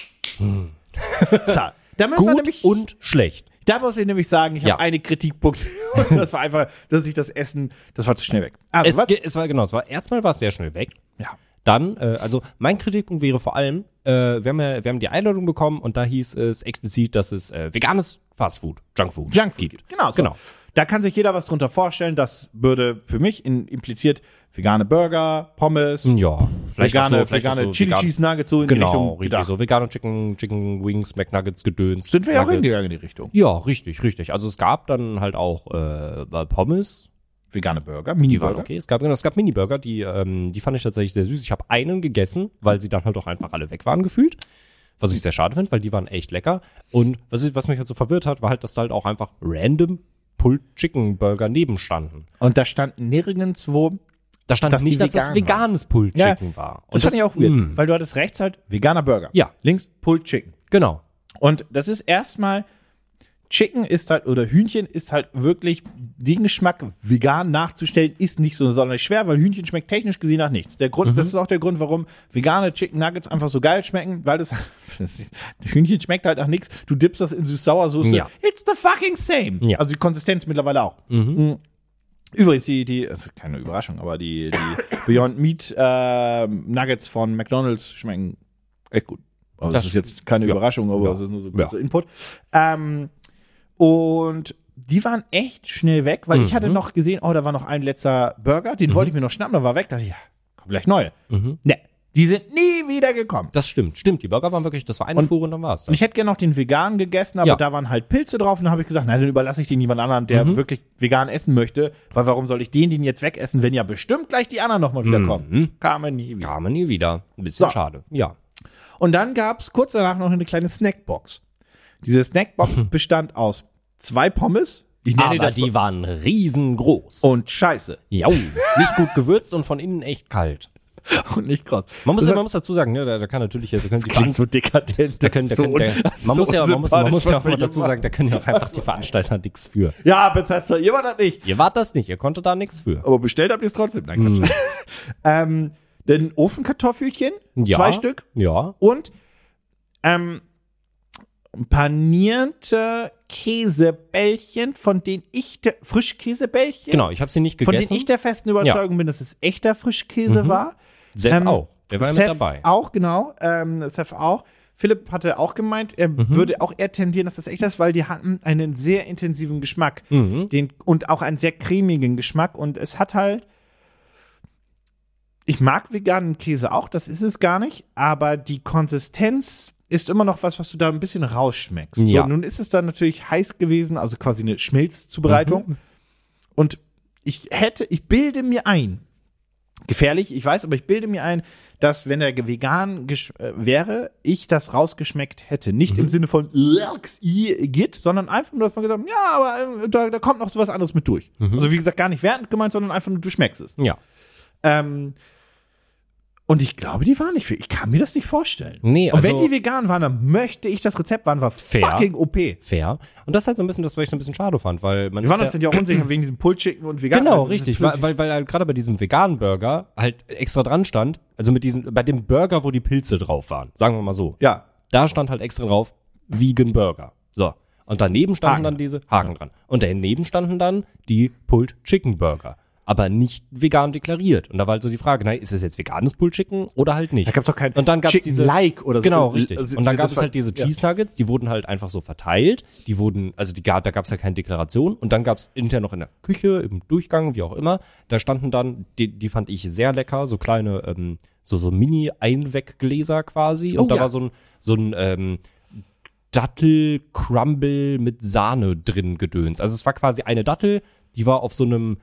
so, da müssen wir Gut nämlich und schlecht. Da muss ich nämlich sagen, ich Ja. habe eine Kritikpunkt. Und das war einfach, dass ich das Essen, das war zu schnell weg. Also, Es, was? ge- es war genau, es war erstmal war es sehr schnell weg. Ja. Dann, äh, also mein Kritikpunkt wäre vor allem, äh, wir haben ja, wir haben die Einladung bekommen und da hieß es explizit, dass es äh, veganes Fastfood, Junkfood, Junkfood gibt. gibt. Genau, so. Genau. Da kann sich jeder was drunter vorstellen. Das würde für mich in, impliziert vegane Burger, Pommes, Ja, vielleicht vegane, auch so, vielleicht vegane auch so Chili vegan- Cheese Nuggets, so in die Genau, Richtung richtig, gedacht. so vegane Chicken, Chicken Wings, McNuggets, Gedöns. Sind wir ja auch Nuggets. hingegangen in die Richtung. Ja, richtig, richtig. Also es gab dann halt auch äh, Pommes, Vegane Burger, die waren Mini-Burger. okay. Es gab, genau, es gab Mini-Burger, die, ähm, die fand ich tatsächlich sehr süß. Ich habe einen gegessen, weil sie dann halt auch einfach alle weg waren gefühlt. Was ich sehr schade finde, weil die waren echt lecker. Und was, ich, was mich halt so verwirrt hat, war halt, dass da halt auch einfach random Pulled Chicken Burger nebenstanden. Und da stand nirgendwo, Da stand Dass die nicht, dass das vegan veganes Pulled Ja, Chicken war. Und das fand ich auch weird, mh, weil du hattest rechts halt veganer Burger. Ja. Links Pulled Chicken. Genau. Und das ist erstmal, Chicken ist halt, oder Hühnchen ist halt wirklich, den Geschmack vegan nachzustellen, ist nicht so sonderlich schwer, weil Hühnchen schmeckt technisch gesehen nach nichts. Der Grund, das ist auch der Grund, warum vegane Chicken Nuggets einfach so geil schmecken, weil das, das Hühnchen schmeckt halt nach nichts. Du dippst das in Süß-Sauersoße. Ja. It's the fucking same. Ja. Also die Konsistenz mittlerweile auch. Mhm. Übrigens, die, die, das ist keine Überraschung, aber die, die Beyond Meat äh, Nuggets von McDonald's schmecken echt gut. Also das, Das ist jetzt keine ja. Überraschung, aber Ja. das ist nur so ein Ja. kurzer Input. Ähm, und die waren echt schnell weg, weil ich hatte Mhm. noch gesehen, oh, da war noch ein letzter Burger, den wollte ich mir noch schnappen, da war weg, da dachte ich, ja, kommt gleich neue. Mhm. Ne, die sind nie wieder gekommen. Das stimmt, stimmt. Die Burger waren wirklich, das war eine Und- Fuhre und dann war's Und das. ich hätte gerne noch den veganen gegessen, aber Ja. da waren halt Pilze drauf und dann habe ich gesagt, nein, dann überlasse ich den jemand anderen, der Mhm. wirklich vegan essen möchte, weil warum soll ich den, den jetzt wegessen, wenn ja bestimmt gleich die anderen nochmal wieder kommen. Mhm. Kamen nie wieder. Kam nie wieder. Ein bisschen So. schade. Ja. Und dann gab's kurz danach noch eine kleine Snackbox. Diese Snackbox bestand aus zwei Pommes, ich nenne Aber das die waren riesengroß. und Scheiße. ja, nicht gut gewürzt und von innen echt kalt. Und nicht krass. Man muss, Das ja, hat- man muss dazu sagen, ne, da, da kann natürlich, da können die klingt so dekadent. da können, da das ist können, so da, un- das ist man so muss ja, man muss, man muss ja auch unsympathisch, mal was dazu wir sagen, da können ja auch einfach die Veranstalter nichts für. Ja, Bethesda, ihr war das nicht. Ihr wart das nicht, ihr konntet da nichts für. Aber bestellt habt ihr es trotzdem. Nein, Quatsch. ähm, dann Ofenkartoffelchen, Ja. zwei Stück. Ja. Und ähm, panierte Käsebällchen, von denen ich der Frischkäsebällchen, Genau, ich habe sie nicht von gegessen. denen ich der festen Überzeugung bin, dass es echter Frischkäse war. Seth ähm, auch. Der war ja Seth mit dabei. Auch, genau. Ähm, Seth auch. Philipp hatte auch gemeint, er Mhm. würde auch eher tendieren, dass das echt ist, weil die hatten einen sehr intensiven Geschmack. Mhm. Den, und auch einen sehr cremigen Geschmack. Und es hat halt. Ich mag veganen Käse auch, das ist es gar nicht, aber die Konsistenz ist immer noch was, was du da ein bisschen rausschmeckst. Ja. So, nun ist es dann natürlich heiß gewesen, also quasi eine Schmelzzubereitung. Mhm. Und ich hätte, ich bilde mir ein, gefährlich, ich weiß, aber ich bilde mir ein, dass wenn er vegan gesch- äh, wäre, ich das rausgeschmeckt hätte. Nicht mhm. im Sinne von Git, sondern einfach nur, dass man gesagt hat, ja, aber äh, da, da kommt noch sowas anderes mit durch. Mhm. Also wie gesagt, gar nicht wertend gemeint, sondern einfach nur, du schmeckst es. Ja. Ähm, und ich glaube, die waren nicht für. Ich kann mir das nicht vorstellen. Nee, und also wenn die vegan waren, dann möchte ich das Rezept waren, war fair, fucking O P. Fair. Und das ist halt so ein bisschen das, was ich so ein bisschen schade fand, weil man Wir waren ist uns ja, ja auch unsicher wegen diesem Pulled Chicken und vegan. Genau, richtig, weil, weil, weil halt gerade bei diesem veganen Burger halt extra dran stand, also mit diesem, bei dem Burger, wo die Pilze drauf waren, sagen wir mal so. Ja. Da stand halt extra drauf, Vegan Burger. So. Und daneben standen Haken. dann diese, Haken dran. Und daneben standen dann die Pulled Chicken Burger. Aber nicht vegan deklariert. Und da war halt so die Frage, na, ist es jetzt veganes Pulled Chicken oder halt nicht? Da gab's doch kein und dann gab's Chicken diese, Like oder so. Genau, richtig. Also, und dann gab das es halt diese ja. Cheese Nuggets, die wurden halt einfach so verteilt. Die wurden, also die, da gab's ja keine Deklaration. Und dann gab's intern noch in der Küche, im Durchgang, wie auch immer, da standen dann, die, die fand ich sehr lecker, so kleine, ähm, so, so Mini-Einweggläser quasi. Und oh, da ja. war so ein, so ein, ähm, Dattel-Crumble mit Sahne drin gedöns. Also es war quasi eine Dattel, die war auf so einem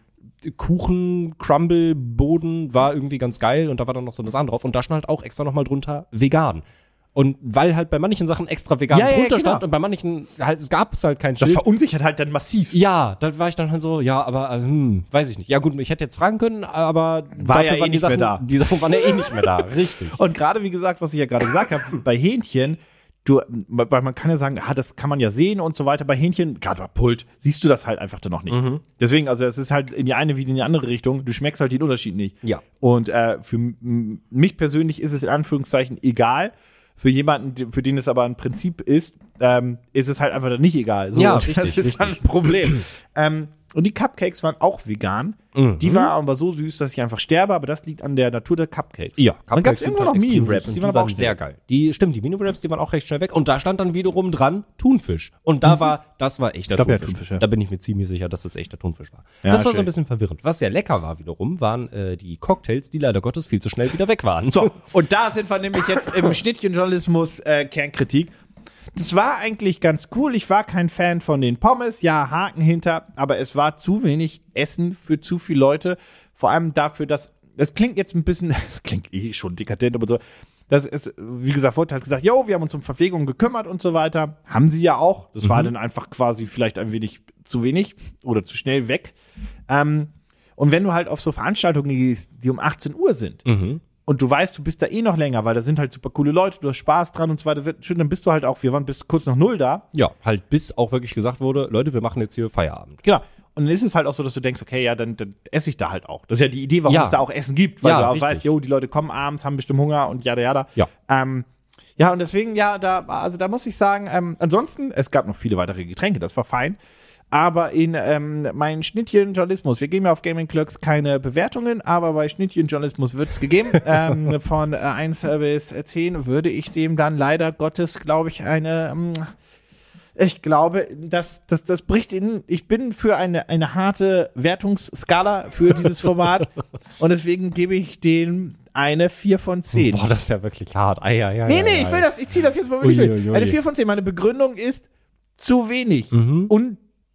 Kuchen-Crumble-Boden, war irgendwie ganz geil und da war dann noch so eine Sahne drauf und da stand halt auch extra nochmal drunter vegan. Und weil halt bei manchen Sachen extra vegan Ja, ja, drunter genau. stand und bei manchen halt, es gab es halt kein Das Schild. verunsichert halt dann massiv. Ja, da war ich dann halt so, ja, aber äh, hm, weiß ich nicht. Ja gut, ich hätte jetzt fragen können, aber War ja eh waren die nicht mehr Sachen, da. Die Sachen waren ja eh nicht mehr da, richtig. Und gerade wie gesagt, was ich ja gerade gesagt habe, bei Hähnchen, du, weil man kann ja sagen, ah, das kann man ja sehen und so weiter. Bei Hähnchen, gerade bei Pult, siehst du das halt einfach dann noch nicht. Mhm. Deswegen, also es ist halt in die eine wie in die andere Richtung. Du schmeckst halt den Unterschied nicht. Ja. Und äh, für m- mich persönlich ist es in Anführungszeichen egal. Für jemanden, für den es aber ein Prinzip ist, ähm, ist es halt einfach dann nicht egal. So, Ja, und richtig, das ist dann ein Problem. ähm, und die Cupcakes waren auch vegan. Mhm. Die waren aber so süß, dass ich einfach sterbe, aber das liegt an der Natur der Cupcakes. Ja, Dann gab es sind irgendwo noch halt extrem Mini-Wraps, süß und die waren aber auch sehr sehr geil. Die, stimmt, die Mini-Wraps, die waren auch recht schnell weg. Und da stand dann wiederum dran Thunfisch. Und da war, das war echter Ich glaub, ja, Thunfisch. Thunfisch, ja. Da bin ich mir ziemlich sicher, dass das echter Thunfisch war. Ja, das war so schön. ein bisschen verwirrend. Was sehr lecker war wiederum, waren äh, die Cocktails, die leider Gottes viel zu schnell wieder weg waren. So, und da sind wir nämlich jetzt im Schnittchenjournalismus äh, Kernkritik. Das war eigentlich ganz cool. Ich war kein Fan von den Pommes. Ja, Haken hinter. Aber es war zu wenig Essen für zu viele Leute. Vor allem dafür, dass, das klingt jetzt ein bisschen, das klingt eh schon dekadent, aber so, das ist, wie gesagt, wurde halt gesagt, jo, wir haben uns um Verpflegung gekümmert und so weiter. Haben sie ja auch. Das war dann einfach quasi vielleicht ein wenig zu wenig oder zu schnell weg. Ähm, und wenn du halt auf so Veranstaltungen gehst, die um achtzehn Uhr sind, Mhm. und du weißt, du bist da eh noch länger, weil da sind halt super coole Leute, du hast Spaß dran und so weiter, wird schön, dann bist du halt auch, wir waren bis kurz nach null da. Ja, halt bis auch wirklich gesagt wurde, Leute, wir machen jetzt hier Feierabend. Genau. Und dann ist es halt auch so, dass du denkst, okay, ja, dann, dann esse ich da halt auch. Das ist ja die Idee, warum Ja. es da auch Essen gibt, weil Ja, du auch richtig. weißt, jo, die Leute kommen abends, haben bestimmt Hunger und jada, jada. Ja. Ähm, ja, und deswegen, ja, da, also da muss ich sagen, ähm, ansonsten, es gab noch viele weitere Getränke, das war fein. Aber in ähm, meinen Schnittchenjournalismus, wir geben ja auf Gaming Clerks keine Bewertungen, aber bei Schnittchenjournalismus wird es gegeben. ähm, von äh, eins bis zehn würde ich dem dann leider Gottes, glaube ich, eine, ähm, ich glaube, das, das, das bricht in, ich bin für eine, eine harte Wertungsskala für dieses Format und deswegen gebe ich dem eine vier von zehn. Boah, das ist ja wirklich hart. Ei, ei, ei, Nee, ei, nee, ich ei. will das, ich ziehe das jetzt mal wirklich Ui, durch. ui, ui. Eine vier von zehn. Meine Begründung ist zu wenig. Mhm. Und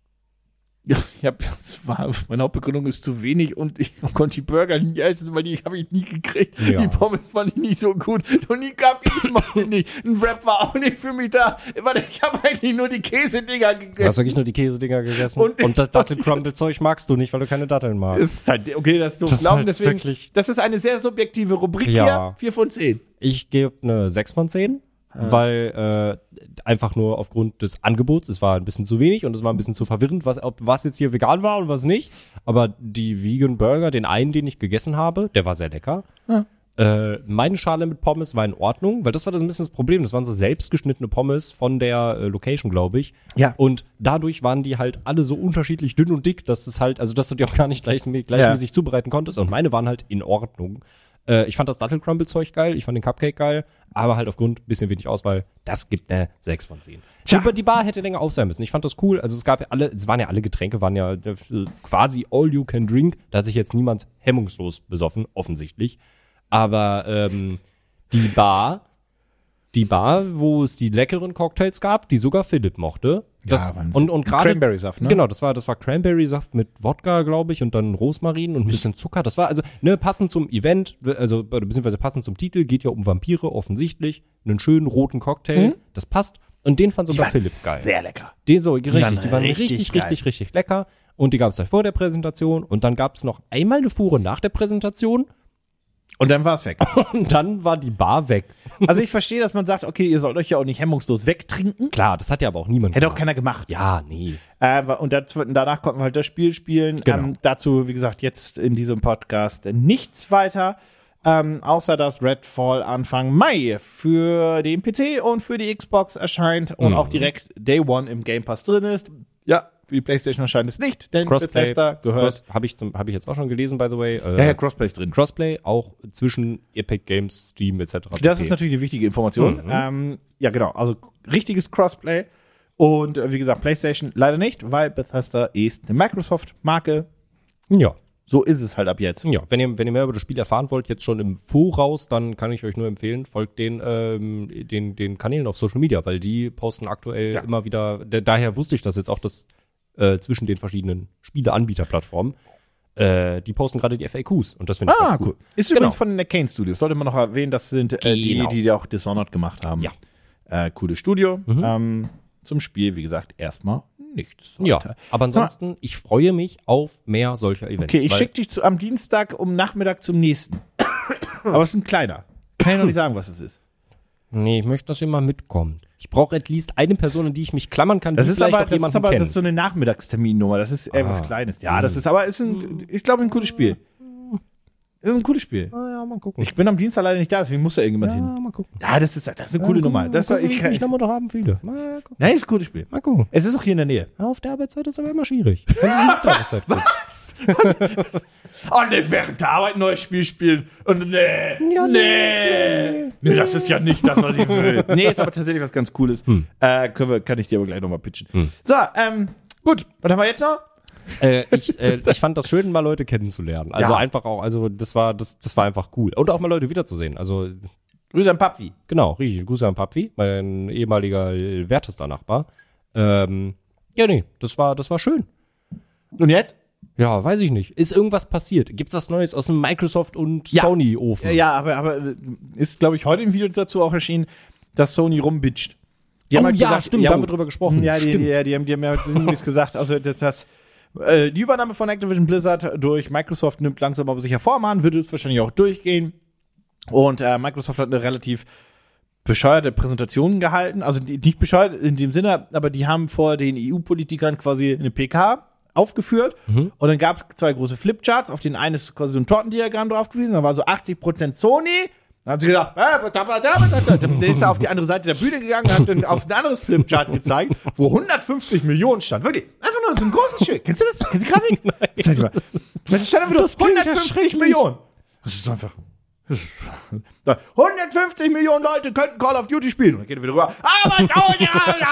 ja, ich hab, das war, meine Hauptbegründung ist zu wenig und ich konnte die Burger nie essen, weil die habe ich nie gekriegt. Ja. Die Pommes fand ich nicht so gut. Und die Cupcakes mochte ich nicht. Ein Wrap war auch nicht für mich da. Warte, ich habe eigentlich nur die Käsedinger Du hast gegessen. wirklich nur die Käsedinger gegessen. Und- Und, das Dattel-Crumble-Zeug magst du nicht, weil du keine Datteln magst. Das ist halt, okay, das ist doof Das ist glauben, halt deswegen, wirklich- das ist eine sehr subjektive Rubrik Ja. hier. vier von zehn. Ich gebe eine sechs von zehn, weil äh, einfach nur aufgrund des Angebots, es war ein bisschen zu wenig und es war ein bisschen zu verwirrend, was, ob, was jetzt hier vegan war und was nicht. Aber die Vegan Burger, den einen, den ich gegessen habe, der war sehr lecker. Ja. Äh, meine Schale mit Pommes war in Ordnung, weil das war das ein bisschen das Problem. Das waren so selbstgeschnittene Pommes von der äh, Location, glaube ich. Ja. Und dadurch waren die halt alle so unterschiedlich dünn und dick, dass es halt, also dass du die auch gar nicht gleich, gleichmäßig Ja. zubereiten konntest. Und meine waren halt in Ordnung. Äh, ich fand das Dattel-Crumble-Zeug geil, ich fand den Cupcake geil, aber halt aufgrund bisschen wenig Auswahl, das gibt eine sechs von zehn. Tja. Aber die Bar hätte länger auf sein müssen. Ich fand das cool. Also es gab ja alle, es waren ja alle Getränke, waren ja äh, quasi all you can drink. Da hat sich jetzt niemand hemmungslos besoffen, offensichtlich. Aber ähm, die Bar, die Bar, wo es die leckeren Cocktails gab, die sogar Philipp mochte, Das, Ja, Mann, und und gerade Cranberry-Saft, ne? Genau, das war das war Cranberry-Saft mit Wodka, glaube ich, und dann Rosmarin und ein bisschen Zucker. Das war also ne passend zum Event, also beziehungsweise passend zum Titel, geht ja um Vampire offensichtlich, einen schönen roten Cocktail, Mhm. das passt. Und den fand sogar Die Philipp waren geil. Sehr lecker. Den so richtig, waren die waren richtig richtig, geil. richtig, richtig lecker. Und die gab es halt vor der Präsentation und dann gab es noch einmal eine Fuhre nach der Präsentation Und dann war es weg. und dann war die Bar weg. Also ich verstehe, dass man sagt, okay, ihr sollt euch ja auch nicht hemmungslos wegtrinken. Klar, das hat ja aber auch niemand Hätte auch gemacht. keiner gemacht. Ja, nee. Äh, und das, danach konnten wir halt das Spiel spielen. Genau. Ähm, dazu, wie gesagt, jetzt in diesem Podcast nichts weiter. Ähm, außer dass Redfall Anfang Mai für den P C und für die Xbox erscheint und Mhm. auch direkt Day One im Game Pass drin ist. Ja, für die PlayStation erscheint es nicht, denn Crossplay Bethesda gehört. Habe ich, zum- hab ich jetzt auch schon gelesen, by the way. Äh, Ja, ja, Crossplay ist drin. Crossplay auch zwischen Epic Games, Steam et cetera. Das ist natürlich eine wichtige Information. Mhm. Ähm, ja, genau. Also richtiges Crossplay. Und äh, wie gesagt, PlayStation leider nicht, weil Bethesda ist eine Microsoft-Marke. Ja. So ist es halt ab jetzt. Ja, wenn ihr, wenn ihr mehr über das Spiel erfahren wollt, jetzt schon im Voraus, dann kann ich euch nur empfehlen, folgt den, ähm, den, den Kanälen auf Social Media, weil die posten aktuell Ja. immer wieder, da, daher wusste ich das jetzt auch, dass äh, zwischen den verschiedenen Spieleanbieterplattformen, äh, die posten gerade die F A Qs und das finde ich Ah, ganz cool. cool. Ist Genau. übrigens von den Arcane Studios. Sollte man noch erwähnen, das sind äh, die, Genau. die auch Dishonored gemacht haben. Ja. Äh, cooles Studio. Mhm. Ähm, zum Spiel, wie gesagt, erstmal nichts. Ja, weiter. aber ansonsten, ich freue mich auf mehr solcher Events. Okay, ich weil- schicke dich zu, am Dienstag um Nachmittag zum nächsten. Aber es ist ein kleiner. Kann ich noch nicht sagen, was es ist. Nee, ich möchte, dass ihr mal mitkommt. Ich brauche at least eine Person, an die ich mich klammern kann, Das die ist vielleicht aber, auch das ist jemanden aber kennt. das ist so eine Nachmittagsterminnummer. Das ist eher was Ah. Kleines. Ja, das ist aber ist ein, ist glaube ich ein cooles Spiel. Ist ein cooles Spiel. Ah, ja, mal gucken. Ich bin am Dienstag leider nicht da, deswegen muss da irgendjemand hin. ja, mal gucken. Ja, das ist, das ist eine coole Ja, Nummer. gucken, Das soll gucken, ich, wie ich kann, noch mal haben viele. Mal gucken. nein, ist ein cooles Spiel. Mal gucken. Es ist auch hier in der Nähe. Auf der Arbeitszeit ist aber immer schwierig. Wenn die siebte Auszeit wird. Oh ne, während der Arbeit ein neues Spiel spielen. Und nee, Ja, nee, nee, das ist ja nicht das, was ich will. Nee, ist aber tatsächlich was ganz Cooles. Hm. Äh, können wir, kann ich dir aber gleich nochmal pitchen. So, ähm, gut. Was haben wir jetzt noch? äh, ich, äh, ich fand das schön, mal Leute kennenzulernen. Also Ja. einfach auch, also das war, das, das war einfach cool. Und auch mal Leute wiederzusehen. Also Grüße an Papi. genau, richtig. Grüße an Papi, mein ehemaliger wertester Nachbar. Ähm, ja, nee, das war, das war schön. Und jetzt? Ja, weiß ich nicht. Ist irgendwas passiert? Gibt's was Neues aus dem Microsoft und Ja. Sony-Ofen? Ja, ja, aber, aber äh, ist, glaube ich, heute im Video dazu auch erschienen, dass Sony rumbitcht. Die Oh halt ja, stimmt, da haben wir drüber gesprochen. Ja, die, Stimmt. die, die, die haben, die haben ja sinngemäß gesagt, also das, das äh, die Übernahme von Activision Blizzard durch Microsoft nimmt langsam aber sicher Form an, wird es wahrscheinlich auch durchgehen. Und äh, Microsoft hat eine relativ bescheuerte Präsentation gehalten, also die, nicht bescheuert in dem Sinne, aber die haben vor den E U-Politikern quasi eine P K aufgeführt und dann gab es zwei große Flipcharts, auf den einen ist quasi so ein Tortendiagramm drauf gewesen, da war so achtzig Prozent Sony. Dann hat sie gesagt, äh, da, da, da, da, da. Dann ist er auf die andere Seite der Bühne gegangen und hat dann auf ein anderes Flipchart gezeigt, wo hundertfünfzig Millionen stand. Wirklich, einfach nur so ein großes Stück. Kennst du das? Kennst du die Grafik? Nein. Zeig dir mal. Da stand einfach nur Das klingt ja hundertfünfzig schrecklich. Millionen. Das ist einfach... Da, hundertfünfzig Millionen Leute könnten Call of Duty spielen. Und dann geht er wieder rüber. Aber Sony...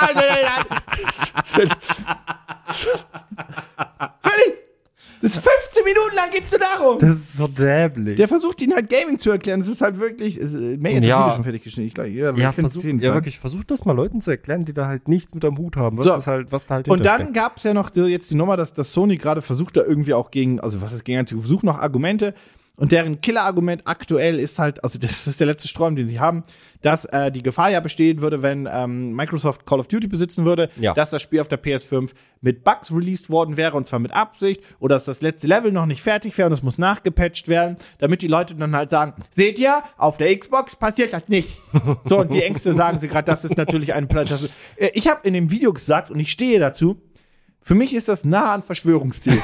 Völlig... Das ist fünfzehn Minuten lang geht's nur darum. Das ist so dämlich. Der versucht ihnen halt Gaming zu erklären. Das ist halt wirklich. Es, äh, May hat das Ja. Video schon fertig geschnitten. Ich glaub, ja, ja, ich find's versuch, sehen ja, kann. wirklich, versuch das mal Leuten zu erklären, die da halt nichts mit am Hut haben. Was So. das halt, was da halt Und dann hintersteckt. gab's ja noch so jetzt die Nummer, dass, dass Sony gerade versucht, da irgendwie auch gegen, also was ist gegen, sie versuchen noch Argumente. Und deren Killer-Argument aktuell ist halt, also das ist der letzte Strom, den sie haben, dass äh, die Gefahr ja bestehen würde, wenn ähm, Microsoft Call of Duty besitzen würde, Ja. dass das Spiel auf der P S fünf mit Bugs released worden wäre, und zwar mit Absicht, oder dass das letzte Level noch nicht fertig wäre und es muss nachgepatcht werden, damit die Leute dann halt sagen, seht ihr, auf der Xbox passiert das nicht. So, und die Ängste sagen sie gerade, das ist natürlich ein Plan. Das ist, äh, ich habe in dem Video gesagt, und ich stehe dazu, für mich ist das nah an Verschwörungstheorie.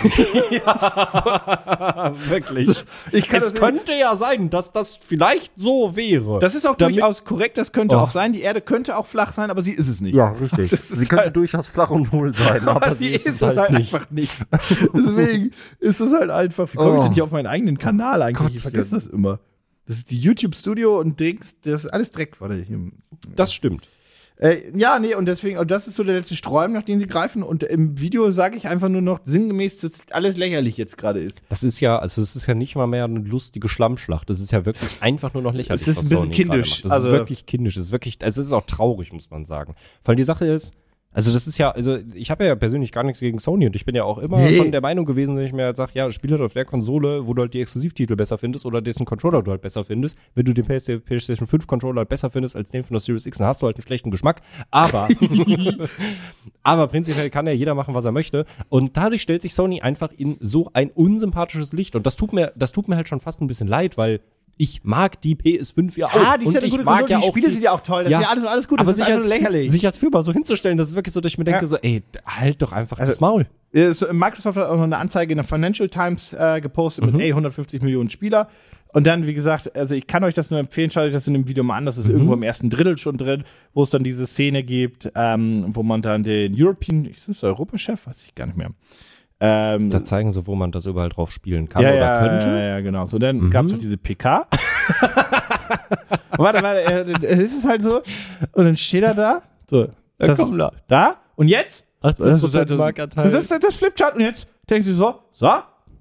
Wirklich. Ich kann Es das könnte ja sein, dass das vielleicht so wäre. Das ist auch Damit- durchaus korrekt, das könnte Oh. auch sein. Die Erde könnte auch flach sein, aber sie ist es nicht. Ja, richtig. Das ist Sie könnte halt- durchaus flach und hohl sein, aber, Aber sie ist es halt, einfach nicht. Deswegen ist es halt einfach. Wie komme ich Oh. denn nicht auf meinen eigenen Kanal eigentlich? Gott, ich vergesse das immer. Das ist die YouTube Studio und Dings, das ist alles Dreck. Warte, hier. Das stimmt. Äh, ja, nee, und deswegen, und das ist so der letzte Sträum, nach dem sie greifen. Und im Video sage ich einfach nur noch sinngemäß, dass alles lächerlich jetzt gerade ist. Das ist ja, also es ist ja nicht mal mehr eine lustige Schlammschlacht. Das ist ja wirklich einfach nur noch lächerlich. Es ist was ein bisschen Sony gerade kindisch. macht. Das Also- ist wirklich kindisch. Es ist wirklich, es ist auch traurig, muss man sagen. Weil die Sache ist, Also das ist ja, also ich habe ja persönlich gar nichts gegen Sony und ich bin ja auch immer Nee. schon der Meinung gewesen, wenn ich mir halt sage, ja, spiel halt auf der Konsole, wo du halt die Exklusivtitel besser findest oder dessen Controller du halt besser findest. Wenn du den PlayStation fünf Controller halt besser findest als den von der Series X, dann hast du halt einen schlechten Geschmack. Aber, aber prinzipiell kann ja jeder machen, was er möchte. Und dadurch stellt sich Sony einfach in so ein unsympathisches Licht. Und das tut mir, das tut mir halt schon fast ein bisschen leid, weil ich mag die P S fünf ja auch. Ah, die ist und ja eine ich gute mag Konsole, ja die auch Spiele sind ja auch toll, das Ja. ist ja alles, alles gut, aber das ist sich einfach als, lächerlich. sich als Firma so hinzustellen, das ist wirklich so, dass ich mir denke, Ja. so, ey, halt doch einfach Also, das Maul. Äh, so, Microsoft hat auch noch eine Anzeige in der Financial Times äh, gepostet Mhm. mit, ey, hundertfünfzig Millionen Spieler. Und dann, wie gesagt, also ich kann euch das nur empfehlen, schaut euch das in dem Video mal an, das ist Mhm. irgendwo im ersten Drittel schon drin, wo es dann diese Szene gibt, ähm, wo man dann den European, ist das der Europachef? Weiß ich gar nicht mehr. Ähm, Da zeigen sie, wo man das überall drauf spielen kann ja, oder ja, könnte. Ja, ja, genau. So, dann Mhm. gab es halt diese P K. warte, warte, äh, es ist halt so. Und dann steht er da. So, Ja, das, komm da. da. Und jetzt? achtzig Das ist Prozent halt- Marktanteil. Das, das, das Flipchart. Und jetzt denkst du so, so.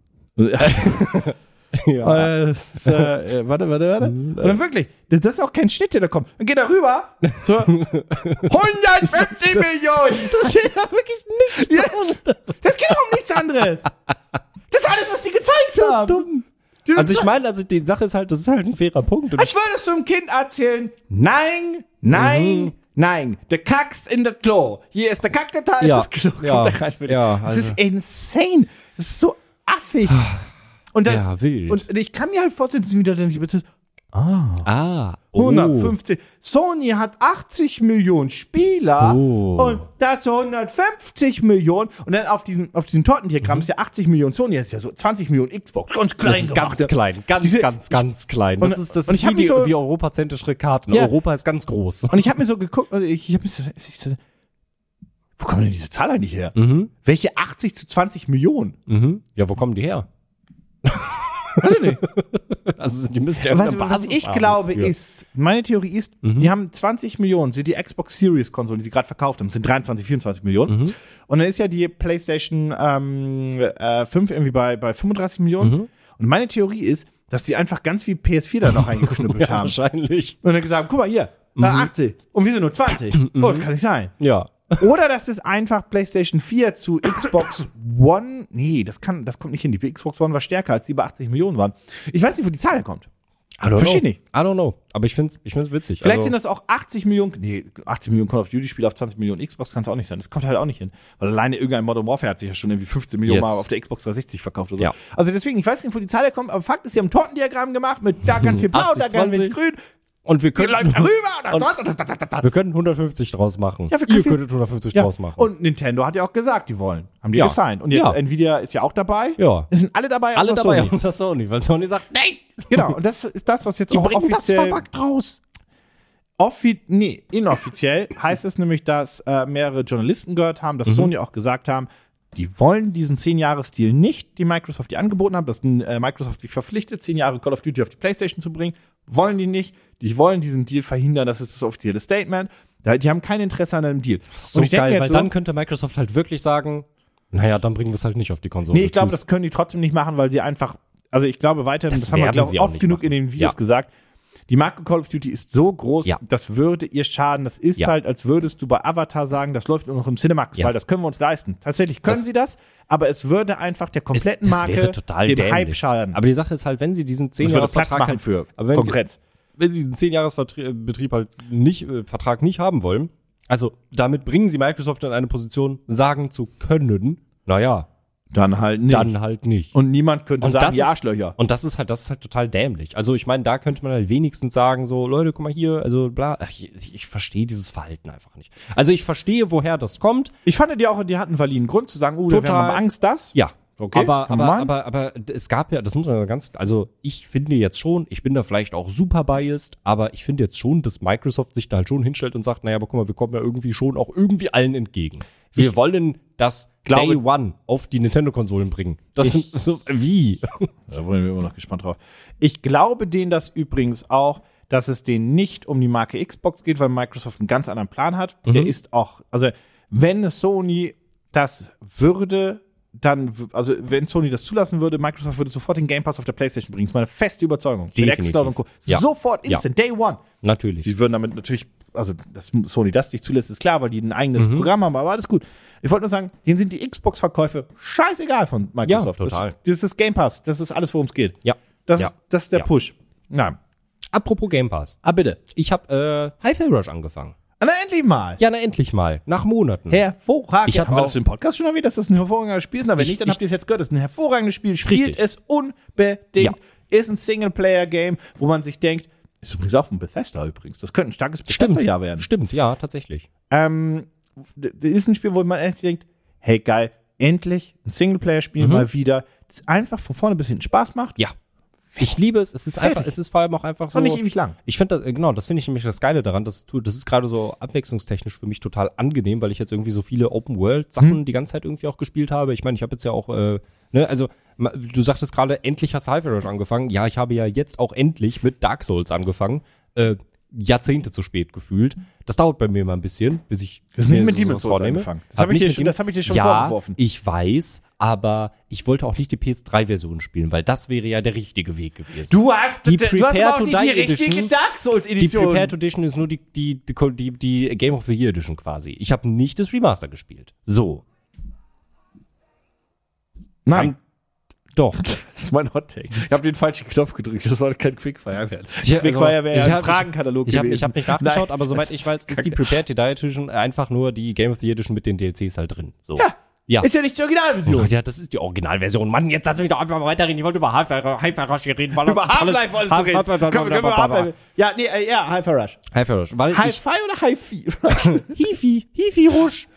Ja. Äh, das ist, äh, äh, warte, warte, warte. Und dann wirklich, das ist auch kein Schnitt, der da kommt. Dann geht er rüber. So, hundertfünfzig Millionen. Das steht da wirklich nichts. Ja, das geht auch um nichts anderes. Das ist alles, was die gezeigt haben. Dumm. Die- Also ich meine, also die Sache ist halt, das ist halt ein fairer Punkt. Und Als würdest du einem Kind erzählen, nein, nein, Mhm. nein, du kackst in das Klo. Hier ist der Kack, da ist Ja, das Klo. ja, Komm da rein, bitte. ja, das also- ist insane. Das ist so affig. Und dann, ja, wild. und ich kann mir halt vorstellen, dass sie wieder dann bitte ah, oh. hundertfünfzig. Sony hat achtzig Millionen Spieler Oh. und das hundertfünfzig Millionen. Und dann auf diesem, auf diesem Tortendiagramm ist ja achtzig Millionen Sony, das ist ja so zwanzig Millionen Xbox. Ganz klein Das ist ganz gemacht. klein, ganz, Diese- ganz, ganz klein. Das Und- ist das und ist ich hab wie, die, mich so- wie europazentrischere Karten. Ja. Europa ist ganz groß. Und ich habe mir so geguckt, und ich, ich habe mir so, ich, so, wo kommt denn diese Zahl eigentlich her? Mhm, Welche achtzig zu zwanzig Millionen? mhm. Ja, wo kommen die her? Weiß ich nicht. Also die müssen ja Was, eine was Basis ich haben glaube für. ist, meine Theorie ist, Mhm. die haben zwanzig Millionen, sind die Xbox Series Konsolen, die sie gerade verkauft haben, sind dreiundzwanzig, vierundzwanzig Millionen. Mhm. Und dann ist ja die PlayStation ähm, äh, fünf irgendwie bei, bei fünfunddreißig Millionen. Mhm. Und meine Theorie ist, dass die einfach ganz viel P S vier da noch reingeknüppelt Ja, haben. wahrscheinlich. Und dann gesagt haben, guck mal hier, äh, achtzig. Und wir sind nur zwanzig. Oh, kann nicht sein. Ja. Oder das ist einfach PlayStation vier zu Xbox One. Nee, das kann, das kommt nicht hin. Die Xbox One war stärker, als die bei achtzig Millionen waren. Ich weiß nicht, wo die Zahl herkommt. I don't Versteh know. nicht. I don't know. Aber ich find's, ich find's witzig. Vielleicht also, sind das auch achtzig Millionen, nee, achtzig Millionen Call of Duty Spiele auf zwanzig Millionen Xbox kann es auch nicht sein. Das kommt halt auch nicht hin. Weil alleine irgendein Modern Warfare hat sich ja schon irgendwie fünfzehn Millionen Yes. Mal auf der Xbox dreihundertsechzig verkauft oder so. Ja. Also deswegen, ich weiß nicht, wo die Zahl herkommt, aber Fakt ist, sie haben ein Tortendiagramm gemacht mit da ganz viel blau, da achtzig, ganz viel zwanzig. grün. Und wir Wir können, läuft darüber und und- dort, dort, dort, dort, dort. wir können hundertfünfzig draus machen. Ja, wir können Ihr viel- könntet hundertfünfzig Ja. draus machen. Und Nintendo hat ja auch gesagt, die wollen. Haben die Ja. gesigned. Und jetzt Ja. Nvidia ist ja auch dabei. Ja. Es sind alle dabei, Alle außer dabei Sony. außer Sony, weil Sony sagt, nein, Genau, und das ist das, was jetzt die auch bringen das offiziell, verpackt raus. offi nee, inoffiziell heißt es nämlich, dass äh, mehrere Journalisten gehört haben, Mhm. dass Sony auch gesagt haben, die wollen diesen zehn-Jahres-Deal nicht, die Microsoft die angeboten haben, dass äh, Microsoft sich verpflichtet, zehn Jahre Call of Duty auf die PlayStation zu bringen. Wollen die nicht. Die wollen diesen Deal verhindern, das ist das offizielle Statement. Da- Die haben kein Interesse an einem Deal. So und ich denk geil, mir jetzt weil so, dann könnte Microsoft halt wirklich sagen, naja, dann bringen wir es halt nicht auf die Konsole. Nee, ich glaube, Tschüss. das können die trotzdem nicht machen, weil sie einfach, also ich glaube weiterhin, das, Das haben wir, werden glaube sie ich, auch oft nicht genug machen. in den Videos Ja. gesagt. Die Marke Call of Duty ist so groß, Ja. das würde ihr schaden. Das ist Ja. halt, als würdest du bei Avatar sagen, das läuft nur noch im Cinemax, Ja. weil das können wir uns leisten. Tatsächlich können Das- sie das, aber es würde einfach der kompletten Es- das wäre Marke total dem dämlich. Hype schaden. Aber die Sache ist halt, wenn sie diesen das würde Platz zehn-Jahres-Vertrag machen halt, für aber wenn, Konkurrenz. wenn sie diesen zehn-Jahres-Betrieb halt nicht, äh, Vertrag nicht haben wollen, also damit bringen sie Microsoft in eine Position, sagen zu können, naja, Dann halt nicht. dann halt nicht. Und niemand könnte Und sagen, das die ist- Arschlöcher. Und das ist halt, das ist halt total dämlich. Also ich meine, da könnte man halt wenigstens sagen, so, Leute, guck mal hier, also bla, Ach, ich, ich verstehe dieses Verhalten einfach nicht. Also ich verstehe, woher das kommt. Ich fand die auch, die hatten validen Grund zu sagen, uh, da Total. haben wir Angst, das. Ja. Okay, aber, kann man aber, machen. aber, aber es gab ja, das muss man ganz, also ich finde jetzt schon, ich bin da vielleicht auch super biased, aber ich finde jetzt schon, dass Microsoft sich da halt schon hinstellt und sagt, naja, aber guck mal, wir kommen ja irgendwie schon auch irgendwie allen entgegen. Wir Ich wollen das glaube- Day One auf die Nintendo-Konsolen bringen. Das sind so, wie? Da bin ich immer noch gespannt drauf. Ich glaube denen das übrigens auch, dass es denen nicht um die Marke Xbox geht, weil Microsoft einen ganz anderen Plan hat. Der ist auch, also wenn Sony das würde, dann, w- also wenn Sony das zulassen würde, Microsoft würde sofort den Game Pass auf der PlayStation bringen. Das ist meine feste Überzeugung. Mit Definitiv. Xcloud und Co. Ja. Sofort Ja. instant, Day One. Natürlich. Sie würden damit natürlich also dass Sony das nicht zulässt, ist klar, weil die ein eigenes Mhm. Programm haben, aber alles gut. Ich wollte nur sagen, denen sind die Xbox-Verkäufe scheißegal von Microsoft. Ja, total. Das, das ist Game Pass, das ist alles, worum es geht. Ja. Das, Ja. das ist der Ja. Push. Na, Apropos Game Pass. ah bitte. Ich habe äh, Hi-Fi Rush angefangen. Ah, na, endlich mal. Ja, na endlich mal. Nach Monaten. Hervorragend. Ich hab Haben wir auch- das im Podcast schon erwähnt, dass das ein hervorragendes Spiel ist? Na, wenn Ich- nicht, dann ich- habt ihr es jetzt gehört. Das ist ein hervorragendes Spiel. Spielt Richtig. es unbedingt. Ja. Ist ein Singleplayer-Game, wo man sich denkt, ist übrigens auch ein Bethesda übrigens. Das könnte ein starkes Bethesda-Jahr werden. Stimmt, ja, tatsächlich. Ähm, d- das ist ein Spiel, wo man echt denkt, hey geil, endlich ein Singleplayer-Spiel Mhm. mal wieder, das einfach von vorne bis hinten Spaß macht. Ja. Ich liebe es. Es ist Fertig. einfach, es ist vor allem auch einfach so. Und nicht ewig lang. Ich finde das, äh, genau, das finde ich nämlich das Geile daran, dass du, das ist gerade so abwechslungstechnisch für mich total angenehm, weil ich jetzt irgendwie so viele Open-World-Sachen Mhm. die ganze Zeit irgendwie auch gespielt habe. Ich meine, ich habe jetzt ja auch, äh, ne, also, ma- du sagtest gerade, endlich hast du Hi-Fi Rush angefangen. Ja, ich habe ja jetzt auch endlich mit Dark Souls angefangen. Äh, Jahrzehnte zu spät gefühlt. Das dauert bei mir immer ein bisschen, bis ich Das ist nicht mir mit so Demon's was Souls vornehme. angefangen. Das Hab hab ich nicht dir mit schon- Demon- das hab ich dir schon ja, vorgeworfen. Ich weiß, aber ich wollte auch nicht die P S drei Version spielen, weil das wäre ja der richtige Weg gewesen. Du hast, Die du hast Prepare aber auch to nicht Die die richtige Edition- Dark Die Souls-Edition. Prepared Edition ist nur die, die, die, die, die Game of the Year Edition quasi. Ich habe nicht das Remaster gespielt. So. Nein. Doch. Das ist mein Hot Take. Ich habe den falschen Knopf gedrückt. Das soll kein Quickfire werden. Ich- also, Quickfire wäre ich ja ein hab- Fragenkatalog Ich habe gewesen. ich hab nicht nachgeschaut, Nein, aber soweit das ich weiß, ist die kacke. Prepared to Die Edition einfach nur die Game of the Year Edition mit den D L Cs halt drin. So. Ja. Ja. Ist ja nicht die Originalversion. Ja, das ist die Originalversion. Mann, jetzt lass mich doch einfach mal weiterreden. Ich wollte über Hi-Fi Rush hier reden. Weil das Über Half-Life wolltest du reden. Können wir- können wir über Half-Life- Ja, nee, äh, ja, Hi-Fi Rush. Hi-Fi Rush. Weil ich, Hi-Fi oder Hi-Fi Rush? Hifi, Hifi Rush.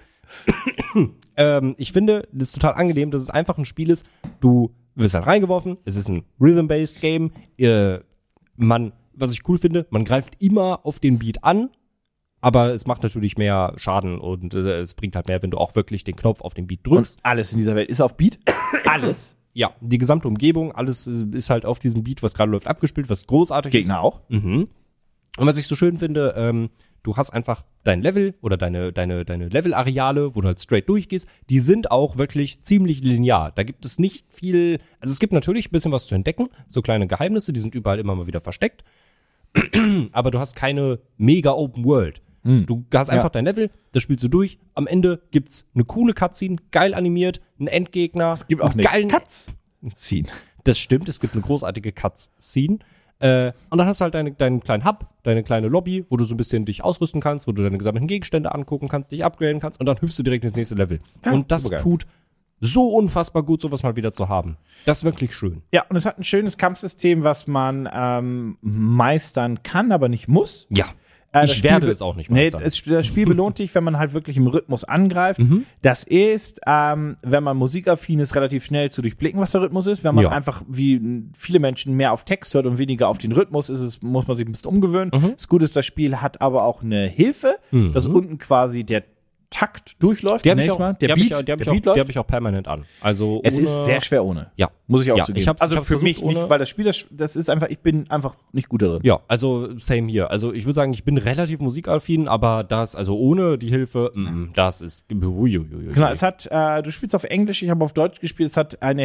ähm, ich finde, das ist total angenehm, dass es einfach ein Spiel ist. Du wirst halt reingeworfen. Es ist ein Rhythm-based Game. Äh, man, was ich cool finde, man greift immer auf den Beat an. Aber es macht natürlich mehr Schaden und äh, es bringt halt mehr, wenn du auch wirklich den Knopf auf den Beat drückst. Und alles in dieser Welt ist auf Beat. Alles. Ja, die gesamte Umgebung, alles äh, ist halt auf diesem Beat, was gerade läuft, abgespielt, was großartig ist. Gegner auch. Mhm. Und was ich so schön finde, ähm, du hast einfach dein Level oder deine, deine, deine Level-Areale, wo du halt straight durchgehst, die sind auch wirklich ziemlich linear. Da gibt es nicht viel, also es gibt natürlich ein bisschen was zu entdecken, so kleine Geheimnisse, die sind überall immer mal wieder versteckt. Aber du hast keine mega Open World. Du hast einfach Ja. dein Level, das spielst du durch. Am Ende gibt's eine coole Cutscene, geil animiert, einen Endgegner. Es gibt auch einen eine geilen Cutscene. Das stimmt, es gibt eine großartige Cutscene. Äh, und dann hast du halt deine, deinen kleinen Hub, deine kleine Lobby, wo du so ein bisschen dich ausrüsten kannst, wo du deine gesammelten Gegenstände angucken kannst, dich upgraden kannst und dann hüpfst du direkt ins nächste Level. Ja, und das supergeil. tut so unfassbar gut, sowas mal wieder zu haben. Das ist wirklich schön. Ja, und es hat ein schönes Kampfsystem, was man ähm, meistern kann, aber nicht muss. Ja. Äh, das ich Spiel werde be- es auch nicht Nee, meistern. das, das Spiel belohnt dich, wenn man halt wirklich im Rhythmus angreift. Mhm. Das ist, ähm, wenn man musikaffin ist, relativ schnell zu durchblicken, was der Rhythmus ist. Wenn man Ja. einfach wie viele Menschen mehr auf Text hört und weniger auf den Rhythmus, ist es, muss man sich ein bisschen umgewöhnen. Mhm. Das Gute ist, das Spiel hat aber auch eine Hilfe, Mhm. dass unten quasi der Takt durchläuft. Die habe ich, zunächst auch- mal. Der die hab Beat, ich, auch- die hab der ich, auch- Beat die läuft. hab ich auch permanent an. Also Es ohne, ist sehr schwer ohne. Ja. Muss ich auch Ja, zugeben. ich hab's- also ich hab's für mich versucht nicht, ohne- weil das Spiel, das, das ist einfach, ich bin einfach nicht gut darin. Ja, also same hier. Also ich würde sagen, ich bin relativ musikaffin, aber das, also ohne die Hilfe, mm, das ist. Uiuiui. Genau, es hat, äh, du spielst auf Englisch, ich habe auf Deutsch gespielt, es hat eine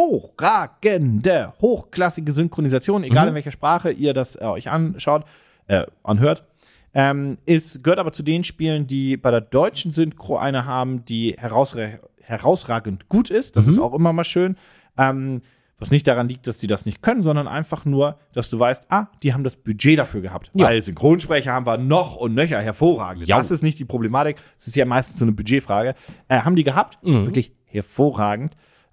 hervorragende, hochklassige Synchronisation, egal Mhm. in welcher Sprache ihr das äh, euch anschaut, äh, anhört. Ähm, ist, gehört aber zu den Spielen, die bei der deutschen Synchro eine haben, die herausra- herausragend gut ist. Das Mhm. ist auch immer mal schön. Ähm, was nicht daran liegt, dass die das nicht können, sondern einfach nur, dass du weißt, ah, die haben das Budget dafür gehabt. Ja. Weil Synchronsprecher haben wir noch und nöcher hervorragend. Ja. Das ist nicht die Problematik. Das ist ja meistens so eine Budgetfrage. Äh, haben die gehabt. Mhm. Wirklich hervorragend.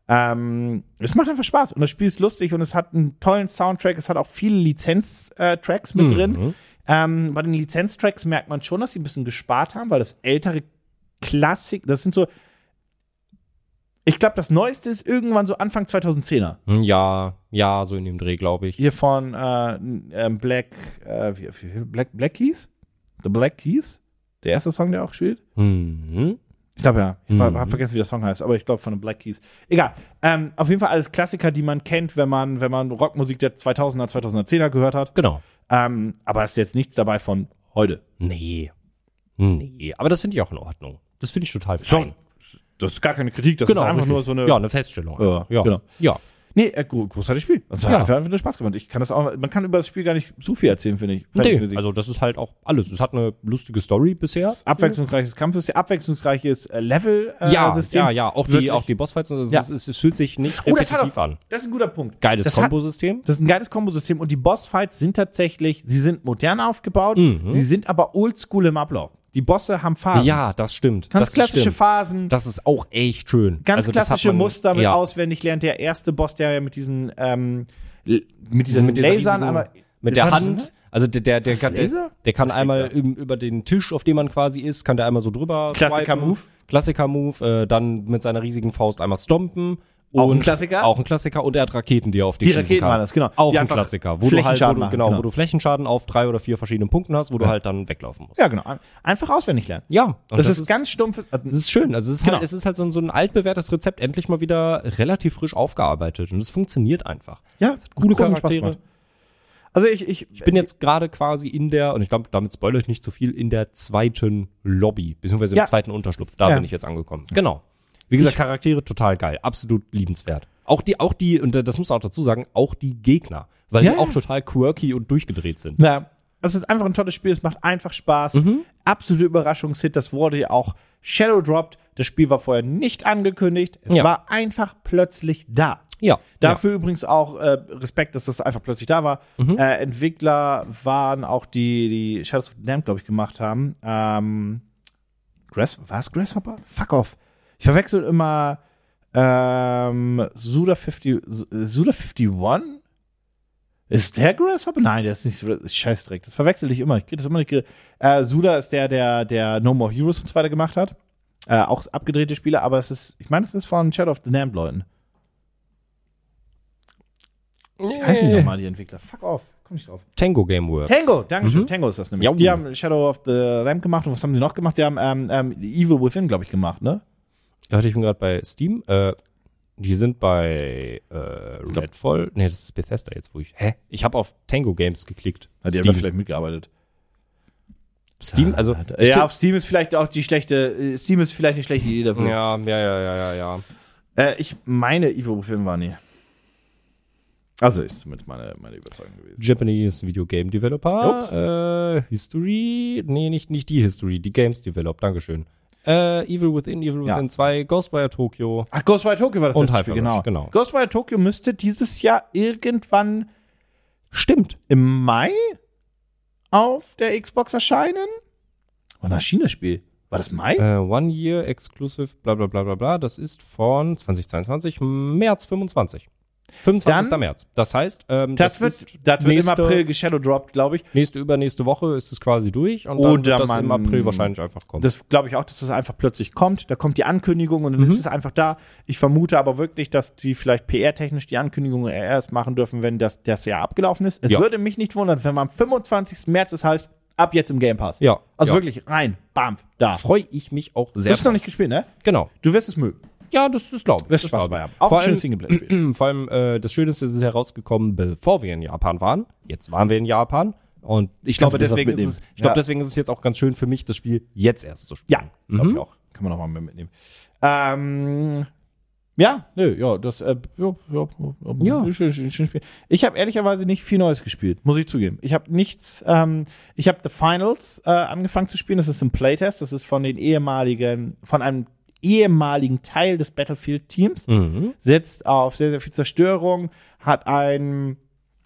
Ähm, es macht einfach Spaß und das Spiel ist lustig und es hat einen tollen Soundtrack. Es hat auch viele Lizenz-Tracks mit Mhm. drin. Ähm, bei den Lizenztracks merkt man schon, dass sie ein bisschen gespart haben, weil das ältere Klassik, das sind so, ich glaube, das Neueste ist irgendwann so Anfang zweitausendzehner. Ja, ja, so in dem Dreh, glaube ich. Hier von äh, ähm, Black, äh, wie, wie, Black, Black Keys? The Black Keys? Der erste Song, der auch spielt? Mhm. Ich glaube ja. Ich Mhm. habe vergessen, wie der Song heißt, aber ich glaube von den Black Keys. Egal. Ähm, auf jeden Fall alles Klassiker, die man kennt, wenn man, wenn man Rockmusik der zweitausender, zweitausendzehner gehört hat. Genau. Ähm, aber es ist jetzt nichts dabei von heute. Nee. Nee, aber das finde ich auch in Ordnung. Das finde ich total Schon. fein. Das ist gar keine Kritik, das Genau, ist einfach richtig. nur so eine. Ja, eine Feststellung. Ja, einfach. Ja, genau. ja. Nee, äh, gro- großartiges Spiel. Das hat Ja. einfach, einfach nur Spaß gemacht. Ich kann das auch, man kann über das Spiel gar nicht so viel erzählen, finde ich. Nee, also das ist halt auch alles. Es hat eine lustige Story bisher. Abwechslungsreiches Kampfsystem, abwechslungsreiches äh, Level-System. Ja, ja, ja. Auch die, Wirklich. auch die Bossfights, also es, Ja. ist, es, es fühlt sich nicht Oh, das hat repetitiv auch- an. Das ist ein guter Punkt. Geiles das hat- Kombosystem. Das ist ein geiles Kombosystem und die Bossfights sind tatsächlich, sie sind modern aufgebaut, Mhm. sie sind aber oldschool im Ablauf. Die Bosse haben Phasen. Ja, das stimmt. Ganz das klassische stimmt. Phasen. Das ist auch echt schön. Ganz also das klassische hat man, Muster mit ja. auswendig lernt. Der erste Boss, der ja mit diesen, ähm, l- mit diesen mit dieser Lasern, riesigen- aber mit der War das Hand. ein- Also der, der, der, Was, kann, der, Laser? der kann Das einmal steht da. über, über den Tisch, auf dem man quasi ist, kann der einmal so drüber Klassiker swipen. Move. Klassiker Move, äh, dann mit seiner riesigen Faust einmal stompen. Auch und ein Klassiker? Auch ein Klassiker und er hat Raketen, die er auf dich Die schießen Raketen kann. waren das, genau. Auch Die ein einfach Klassiker, wo du halt, wo Flächenschaden du, machen, genau, genau. wo du Flächenschaden auf drei oder vier verschiedenen Punkten hast, wo du halt dann weglaufen musst. Ja, genau. Einfach auswendig lernen. Ja, und Das, ist ganz stumpf. Das ist schön. Also es ist Genau. halt, es ist halt so ein, so ein altbewährtes Rezept endlich mal wieder relativ frisch aufgearbeitet und es funktioniert einfach. Ja, Es hat coole großen Spaß Charaktere. gemacht. Also ich, ich, Ich bin jetzt gerade quasi in der, und ich glaube, damit spoilere ich nicht zu viel, in der zweiten Lobby, beziehungsweise im Ja. zweiten Unterschlupf. Da Ja. bin ich jetzt angekommen. Genau. Wie gesagt, Charaktere total geil, absolut liebenswert. Auch die, auch die, und das muss man auch dazu sagen, auch die Gegner, weil Ja. die auch total quirky und durchgedreht sind. Ja, es ist einfach ein tolles Spiel, es macht einfach Spaß. Mhm. Absolute Überraschungshit, das wurde ja auch Shadow dropped. Das Spiel war vorher nicht angekündigt, es Ja. war einfach plötzlich da. Ja. Dafür übrigens auch äh, Respekt, dass das einfach plötzlich da war. Mhm. Äh, Entwickler waren auch die, die Shadows of the Damned, glaube ich, gemacht haben. Ähm, Grass, war es Grasshopper? Fuck off. Ich verwechsel immer ähm, Suda fünfzig, Suda einundfünfzig? Ist der Grasshopper? Nein, der ist nicht so, ist Scheißdreck. Das verwechsel ich immer. Ich krieg das immer nicht. ge- Äh, Suda ist der, der, der No More Heroes und so weiter gemacht hat. Äh, auch abgedrehte Spiele, aber es ist, ich meine, es ist von Shadow of the Damned Leuten. Wie heißen die nochmal, die Entwickler? Fuck off. Komm nicht drauf. Tango Gameworks. Tango, Dankeschön. Mhm. Tango ist das nämlich. Ja. Die haben Shadow of the Lamb gemacht und was haben die noch gemacht? Die haben ähm, ähm, Evil Within, glaube ich, gemacht, ne? Ja, ich bin gerade bei Steam. Äh, die sind bei äh, Redfall. Nee, das ist Bethesda jetzt, wo ich. Hä? Ich habe auf Tango Games geklickt. Ja, die haben Steam. da vielleicht mitgearbeitet. Steam, also. Ja, auf Steam ist vielleicht auch die schlechte, äh, Steam ist vielleicht eine schlechte Idee dafür. ja, ja, ja, ja, ja, ja. Äh, ich meine, Evil Within war nie. Also ist zumindest meine, meine Überzeugung gewesen. Japanese Video Game Developer. Äh, History. Nee, nicht, nicht die History, die Games Develop. Dankeschön. Äh, Evil Within, Evil Ja. Within zwei, Ghostwire Tokyo. Ach, Ghostwire Tokyo war das Und letzte Spiel, Hyper genau. Rush, genau. Ghostwire Tokyo müsste dieses Jahr irgendwann Stimmt. im Mai auf der Xbox erscheinen. War das China-Spiel? War das Mai? Äh, One Year Exclusive, bla bla bla bla bla. Das ist von zweitausendzweiundzwanzig, März fünfundzwanzig. fünfundzwanzigster Dann- März. Das heißt, ähm, das, das, wird, ist das wird im nächste- April geshadowdropped, glaube ich. nächste, übernächste Woche ist es quasi durch und dann Oder wird das man- im April wahrscheinlich einfach kommen. Das glaube ich auch, dass das einfach plötzlich kommt. Da kommt die Ankündigung und dann Mhm. ist es einfach da. Ich vermute aber wirklich, dass die vielleicht P R-technisch die Ankündigung erst machen dürfen, wenn das, das Jahr abgelaufen ist. Es Ja. würde mich nicht wundern, wenn man am fünfundzwanzigsten März es heißt, ab jetzt im Game Pass. ja. Also ja. wirklich rein, bam, da. freue ich mich auch Du sehr. hast es noch nicht gespielt, ne? Genau. Du wirst es mögen. Ja, das ist glaube ich. Du wirst Das Spaß glaub dabei ich. haben. Auch Vor ein schönes allem, Singleplayer-Spiel. vor allem äh, das Schönste ist herausgekommen, bevor wir in Japan waren. Jetzt waren wir in Japan. Und ich Kannst glaube, du das deswegen ist mitnehmen? es, ich glaube, Ja. deswegen ist es jetzt auch ganz schön für mich, das Spiel jetzt erst zu spielen. Ja, glaube Mhm. ich auch. Kann man noch mal mitnehmen. Ähm, ja, nö, ja, das, äh, ja, ja, Ja. ja. Schön, schön, schön Spiel. Ich habe ehrlicherweise nicht viel Neues gespielt, muss ich zugeben. Ich habe nichts, ähm, ich habe The Finals äh, angefangen zu spielen. Das ist ein Playtest. Das ist von den ehemaligen, von einem ehemaligen Teil des Battlefield-Teams. Mhm. Setzt auf sehr, sehr viel Zerstörung, hat ein,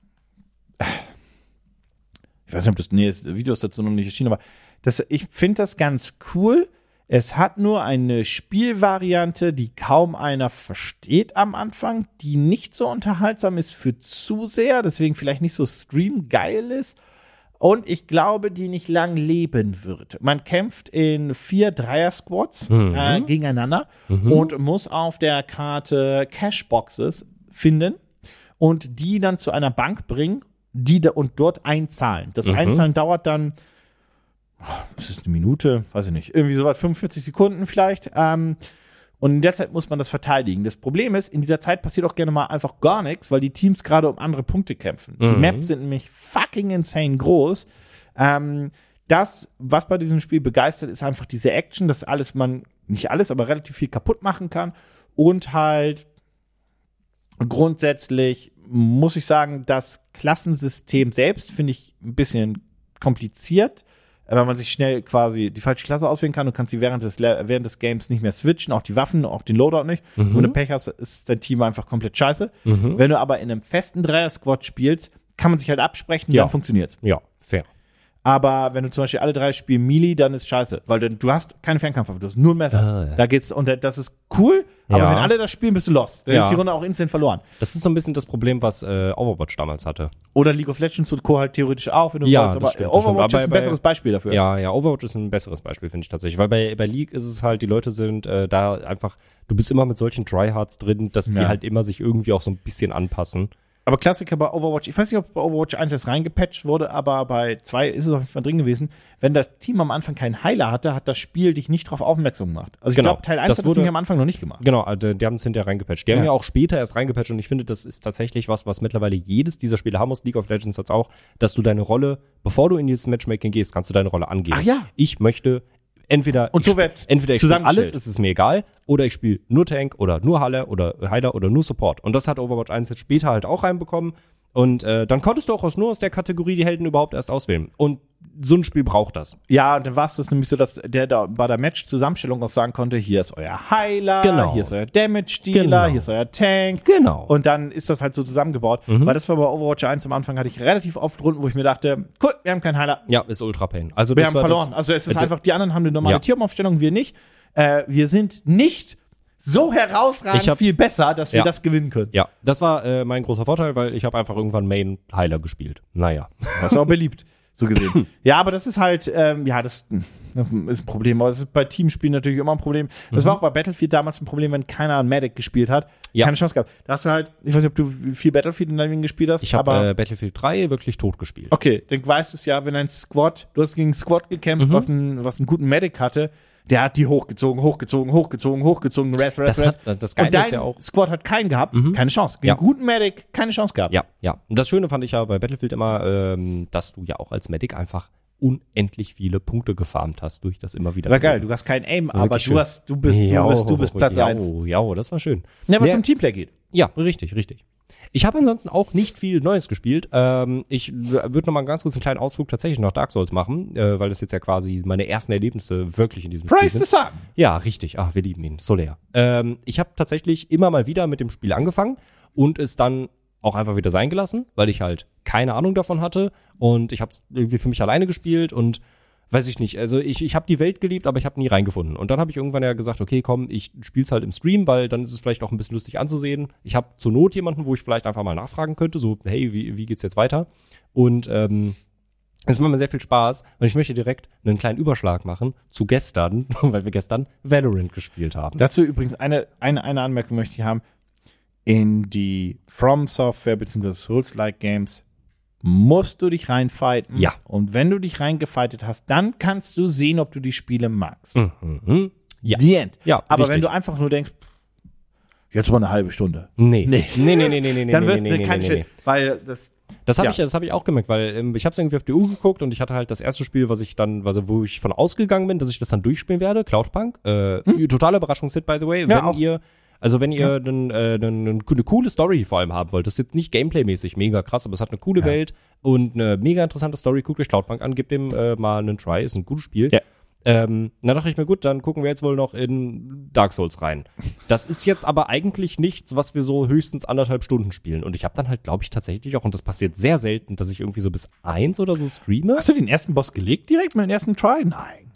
ich weiß nicht, ob das, nee, das Video ist dazu noch nicht erschienen, aber das, ich finde das ganz cool. Es hat nur eine Spielvariante, die kaum einer versteht am Anfang, die nicht so unterhaltsam ist für Zuseher, deswegen vielleicht nicht so streamgeil ist. Und ich glaube, die nicht lang leben wird. Man kämpft in vier Dreier-Squads Mhm. äh, gegeneinander und muss auf der Karte Cashboxes finden und die dann zu einer Bank bringen, die da und dort einzahlen. Das Mhm. Einzahlen dauert dann, was ist eine Minute? Weiß ich nicht. Irgendwie so was, fünfundvierzig Sekunden vielleicht. Ähm, und in der Zeit muss man das verteidigen. Das Problem ist, in dieser Zeit passiert auch gerne mal einfach gar nichts, weil die Teams gerade um andere Punkte kämpfen. Die Mhm. Maps sind nämlich fucking insane groß. Ähm, das, was bei diesem Spiel begeistert, ist einfach diese Action, dass alles man, nicht alles, aber relativ viel kaputt machen kann und halt Grundsätzlich muss ich sagen, das Klassensystem selbst finde ich ein bisschen kompliziert, weil man sich schnell quasi die falsche Klasse auswählen kann. Du kannst sie während des, während des Games nicht mehr switchen, auch die Waffen, auch den Loadout nicht. Mhm. Wenn du Pech hast, ist dein Team einfach komplett scheiße. Mhm. Wenn du aber in einem festen Dreier-Squad spielst, kann man sich halt absprechen, Ja. dann funktioniert's. Ja, fair. Aber wenn du zum Beispiel alle drei spielen Melee, dann ist scheiße, weil du, du hast keine Fernkampfwaffe, du hast nur ein Messer. Ah, ja. Da geht's, und das ist cool, aber Ja. wenn alle das spielen, bist du lost. Dann Ja. ist die Runde auch instant verloren. Das ist so ein bisschen das Problem, was äh, Overwatch damals hatte. Oder League of Legends und Co. halt theoretisch auch, wenn du Ja, wolltest, das aber stimmt, das Overwatch stimmt. Aber ist ein bei- besseres Beispiel dafür. Ja, ja, Overwatch ist ein besseres Beispiel, finde ich tatsächlich. Weil bei, bei League ist es halt, die Leute sind äh, da einfach, du bist immer mit solchen Tryhards drin, dass die Ja. halt immer sich irgendwie auch so ein bisschen anpassen. Aber Klassiker bei Overwatch, ich weiß nicht, ob bei Overwatch eins erst reingepatcht wurde, aber bei zwei ist es auf jeden Fall drin gewesen. Wenn das Team am Anfang keinen Heiler hatte, hat das Spiel dich nicht darauf aufmerksam gemacht. Also ich Genau. glaube, Teil eins Das hat das wurde- Ding am Anfang noch nicht gemacht. Genau, also die haben es hinterher reingepatcht. Die haben Ja. ja auch später erst reingepatcht und ich finde, das ist tatsächlich was, was mittlerweile jedes dieser Spiele haben muss. League of Legends hat's auch, dass du deine Rolle, bevor du in dieses Matchmaking gehst, kannst du deine Rolle angeben. Ach ja. Ich möchte entweder Und ich so sp- wird entweder ich spiele zusammengestellt. alles, ist es mir egal, oder ich spiele nur Tank oder nur Halle oder Heiler oder nur Support. Und das hat Overwatch eins jetzt später halt auch reinbekommen. Und äh, dann konntest du auch aus, nur aus der Kategorie die Helden überhaupt erst auswählen. Und so ein Spiel braucht das. Ja, und dann war es das nämlich so, dass der da bei der Match-Zusammenstellung auch sagen konnte, hier ist euer Heiler, Genau. hier ist euer Damage-Dealer, Genau. hier ist euer Tank. Genau. Und dann ist das halt so zusammengebaut. Weil das war bei Overwatch eins am Anfang, hatte ich relativ oft Runden, wo ich mir dachte, cool, wir haben keinen Heiler, Ja, ist Ultra Pain. Also wir das haben war verloren. Das, Also es ist äh, einfach, die anderen haben eine normale Ja. Teamaufstellung, wir nicht. Äh, wir sind nicht so herausragend Ich hab- viel besser, dass wir Ja. das gewinnen können. Ja, das war äh, mein großer Vorteil, weil ich habe einfach irgendwann Main Heiler gespielt. Naja. Das ist auch beliebt, so gesehen. Ja, aber das ist halt, ähm, ja, das, das ist ein Problem. Aber das ist bei Teamspielen natürlich immer ein Problem. Das war auch bei Battlefield damals ein Problem, wenn keiner an Medic gespielt hat. Ja. Keine Chance gehabt. Da hast du halt, ich weiß nicht, ob du viel Battlefield in deinem Leben gespielt hast, Ich habe aber äh, Battlefield drei wirklich tot gespielt. okay, dann weißt du es ja, wenn ein Squad, du hast gegen einen Squad gekämpft, Mhm. was, einen, was einen guten Medic hatte, der hat die hochgezogen, hochgezogen, hochgezogen, hochgezogen, rest, rest, Das rest. hat- das Geile Und dein ist ja auch- Squad hat keinen gehabt, keine Chance. Gegen Ja. einen guten Medic, keine Chance gehabt. Ja, ja. Und das Schöne fand ich ja bei Battlefield immer, ähm, dass du ja auch als Medic einfach unendlich viele Punkte gefarmt hast durch das immer wieder. War geil, du hast kein Aim, aber Wirklich du schön. hast, du bist, du bist, du bist Platz ja, eins. Ja, das war schön. Ja, weil es Ja. um Teamplay geht. Ja, richtig, richtig. Ich habe ansonsten auch nicht viel Neues gespielt. Ähm, ich würde noch mal ganz kurz einen kleinen Ausflug tatsächlich nach Dark Souls machen, äh, weil das jetzt ja quasi meine ersten Erlebnisse wirklich in diesem Spiel Praise sind. the Sun. Ja, richtig. Ach, wir lieben ihn. Soler. Ähm, ich habe tatsächlich immer mal wieder mit dem Spiel angefangen und es dann auch einfach wieder sein gelassen, weil ich halt keine Ahnung davon hatte und ich habe es irgendwie für mich alleine gespielt und weiß ich nicht. Also ich, ich habe die Welt geliebt, aber ich habe nie reingefunden. Und dann habe ich irgendwann ja gesagt, okay, komm, ich spiel's halt im Stream, weil dann ist es vielleicht auch ein bisschen lustig anzusehen. Ich habe zur Not jemanden, wo ich vielleicht einfach mal nachfragen könnte, so, hey, wie, wie geht's jetzt weiter? Und ähm, es macht mir sehr viel Spaß und ich möchte direkt einen kleinen Überschlag machen zu gestern, weil wir gestern Valorant gespielt haben. Dazu übrigens eine, eine, eine Anmerkung möchte ich haben. In die From Software bzw. Souls-like Games musst du dich reinfighten. Ja. Und wenn du dich reingefightet hast, dann kannst du sehen, ob du die Spiele magst. Mhm. Ja. The end. Ja, Aber richtig. wenn du einfach nur denkst, jetzt mal eine halbe Stunde. Nee. Nee. Nee, nee, nee, nee, nee, nee, Dann nee, wirst nee, du nee, kein nee, Shit, nee. weil das Das habe Ja. ich, das habe ich auch gemerkt, weil ähm, ich habe es irgendwie auf die Uhr geguckt und ich hatte halt das erste Spiel, was ich dann, also wo ich von ausgegangen bin, dass ich das dann durchspielen werde, Cloudpunk. Äh, Totale Überraschungshit, by the way. Ja, wenn auch. ihr, also wenn ihr dann, äh, dann eine coole Story vor allem haben wollt, das ist jetzt nicht Gameplay-mäßig mega krass, aber es hat eine coole Welt und eine mega interessante Story. Guckt euch Cloudpunk an, gebt dem äh, mal einen Try, ist ein gutes Spiel. Ja. Ähm, dann dachte ich mir, gut, dann gucken wir jetzt wohl noch in Dark Souls rein. Das ist jetzt aber eigentlich nichts, was wir so höchstens anderthalb Stunden spielen. Und ich habe dann halt, glaube ich, tatsächlich auch, und das passiert sehr selten, dass ich irgendwie so bis eins oder so streame. Hast du den ersten Boss gelegt direkt mit dem ersten Try? Nein.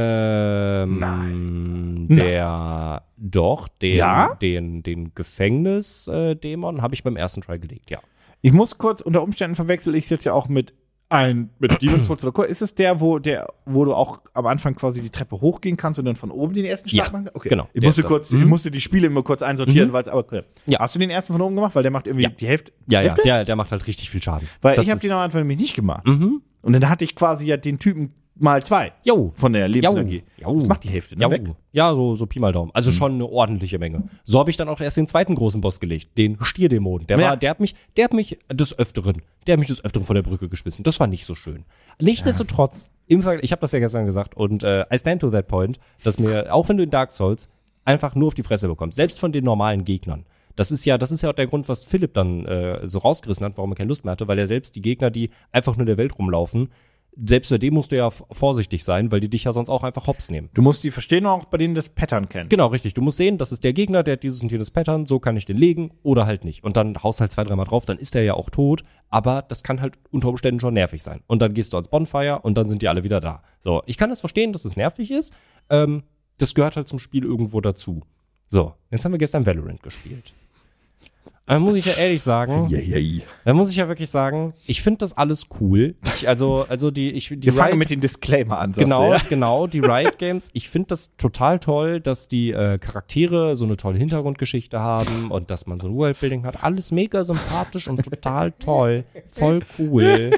Ähm, Nein. Der, doch, den, Ja? den, den Gefängnis-Dämon habe ich beim ersten Try gelegt, ja. Ich muss kurz, unter Umständen verwechsel ich es jetzt ja auch mit ein, mit Demon's Souls oder Co. Ist es der, wo der, wo du auch am Anfang quasi die Treppe hochgehen kannst und dann von oben den ersten Start Ja, machen kannst? Okay. genau, Ich der musste ist das. kurz, Mhm. ich musste die Spiele immer kurz einsortieren, Mhm. weil es aber okay. Ja. Hast du den ersten von oben gemacht? Weil der macht irgendwie Ja. die Hälfte. Ja, ja, Hälfte? der, der macht halt richtig viel Schaden. Weil Das ich habe ist- den am Anfang nämlich nicht gemacht. Mhm. Und dann hatte ich quasi ja den Typen mal zwei Jo. von der Lebensenergie. Jau. Das macht die Hälfte, ne? Ja, Weg. ja, so, so Pi mal Daumen. Also schon eine ordentliche Menge. So habe ich dann auch erst den zweiten großen Boss gelegt, den Stierdämon. Der Ja. war, der hat mich, der hat mich des Öfteren, der hat mich des Öfteren von der Brücke geschmissen. Das war nicht so schön. Nichtsdestotrotz, im Vergleich, ich habe das ja gestern gesagt und äh, I stand to that point, dass mir, auch wenn du in Dark Souls einfach nur auf die Fresse bekommst, selbst von den normalen Gegnern, Das ist ja, das ist ja auch der Grund, was Philipp dann äh, so rausgerissen hat, warum er keine Lust mehr hatte, weil er selbst die Gegner, die einfach nur in der Welt rumlaufen, selbst bei dem musst du ja f- vorsichtig sein, weil die dich ja sonst auch einfach hops nehmen. Du musst die verstehen und auch bei denen das Pattern kennen. Genau, richtig. Du musst sehen, das ist der Gegner, der hat dieses und jenes Pattern, so kann ich den legen oder halt nicht. Und dann haust halt zwei, dreimal drauf, dann ist der ja auch tot, aber das kann halt unter Umständen schon nervig sein. Und dann gehst du als Bonfire und dann sind die alle wieder da. So, ich kann das verstehen, dass es nervig ist. Ähm, das gehört halt zum Spiel irgendwo dazu. So, jetzt haben wir gestern Valorant gespielt. Da muss ich ja ehrlich sagen, Yay. da muss ich ja wirklich sagen, ich finde das alles cool. Ich, also, also die, ich, die Wir fangen Riot- mit dem Disclaimer an. sagst Genau, du, ja? genau, die Riot Games. Ich finde das total toll, dass die äh, Charaktere so eine tolle Hintergrundgeschichte haben und dass man so ein Worldbuilding hat. Alles mega sympathisch und total toll. Voll cool.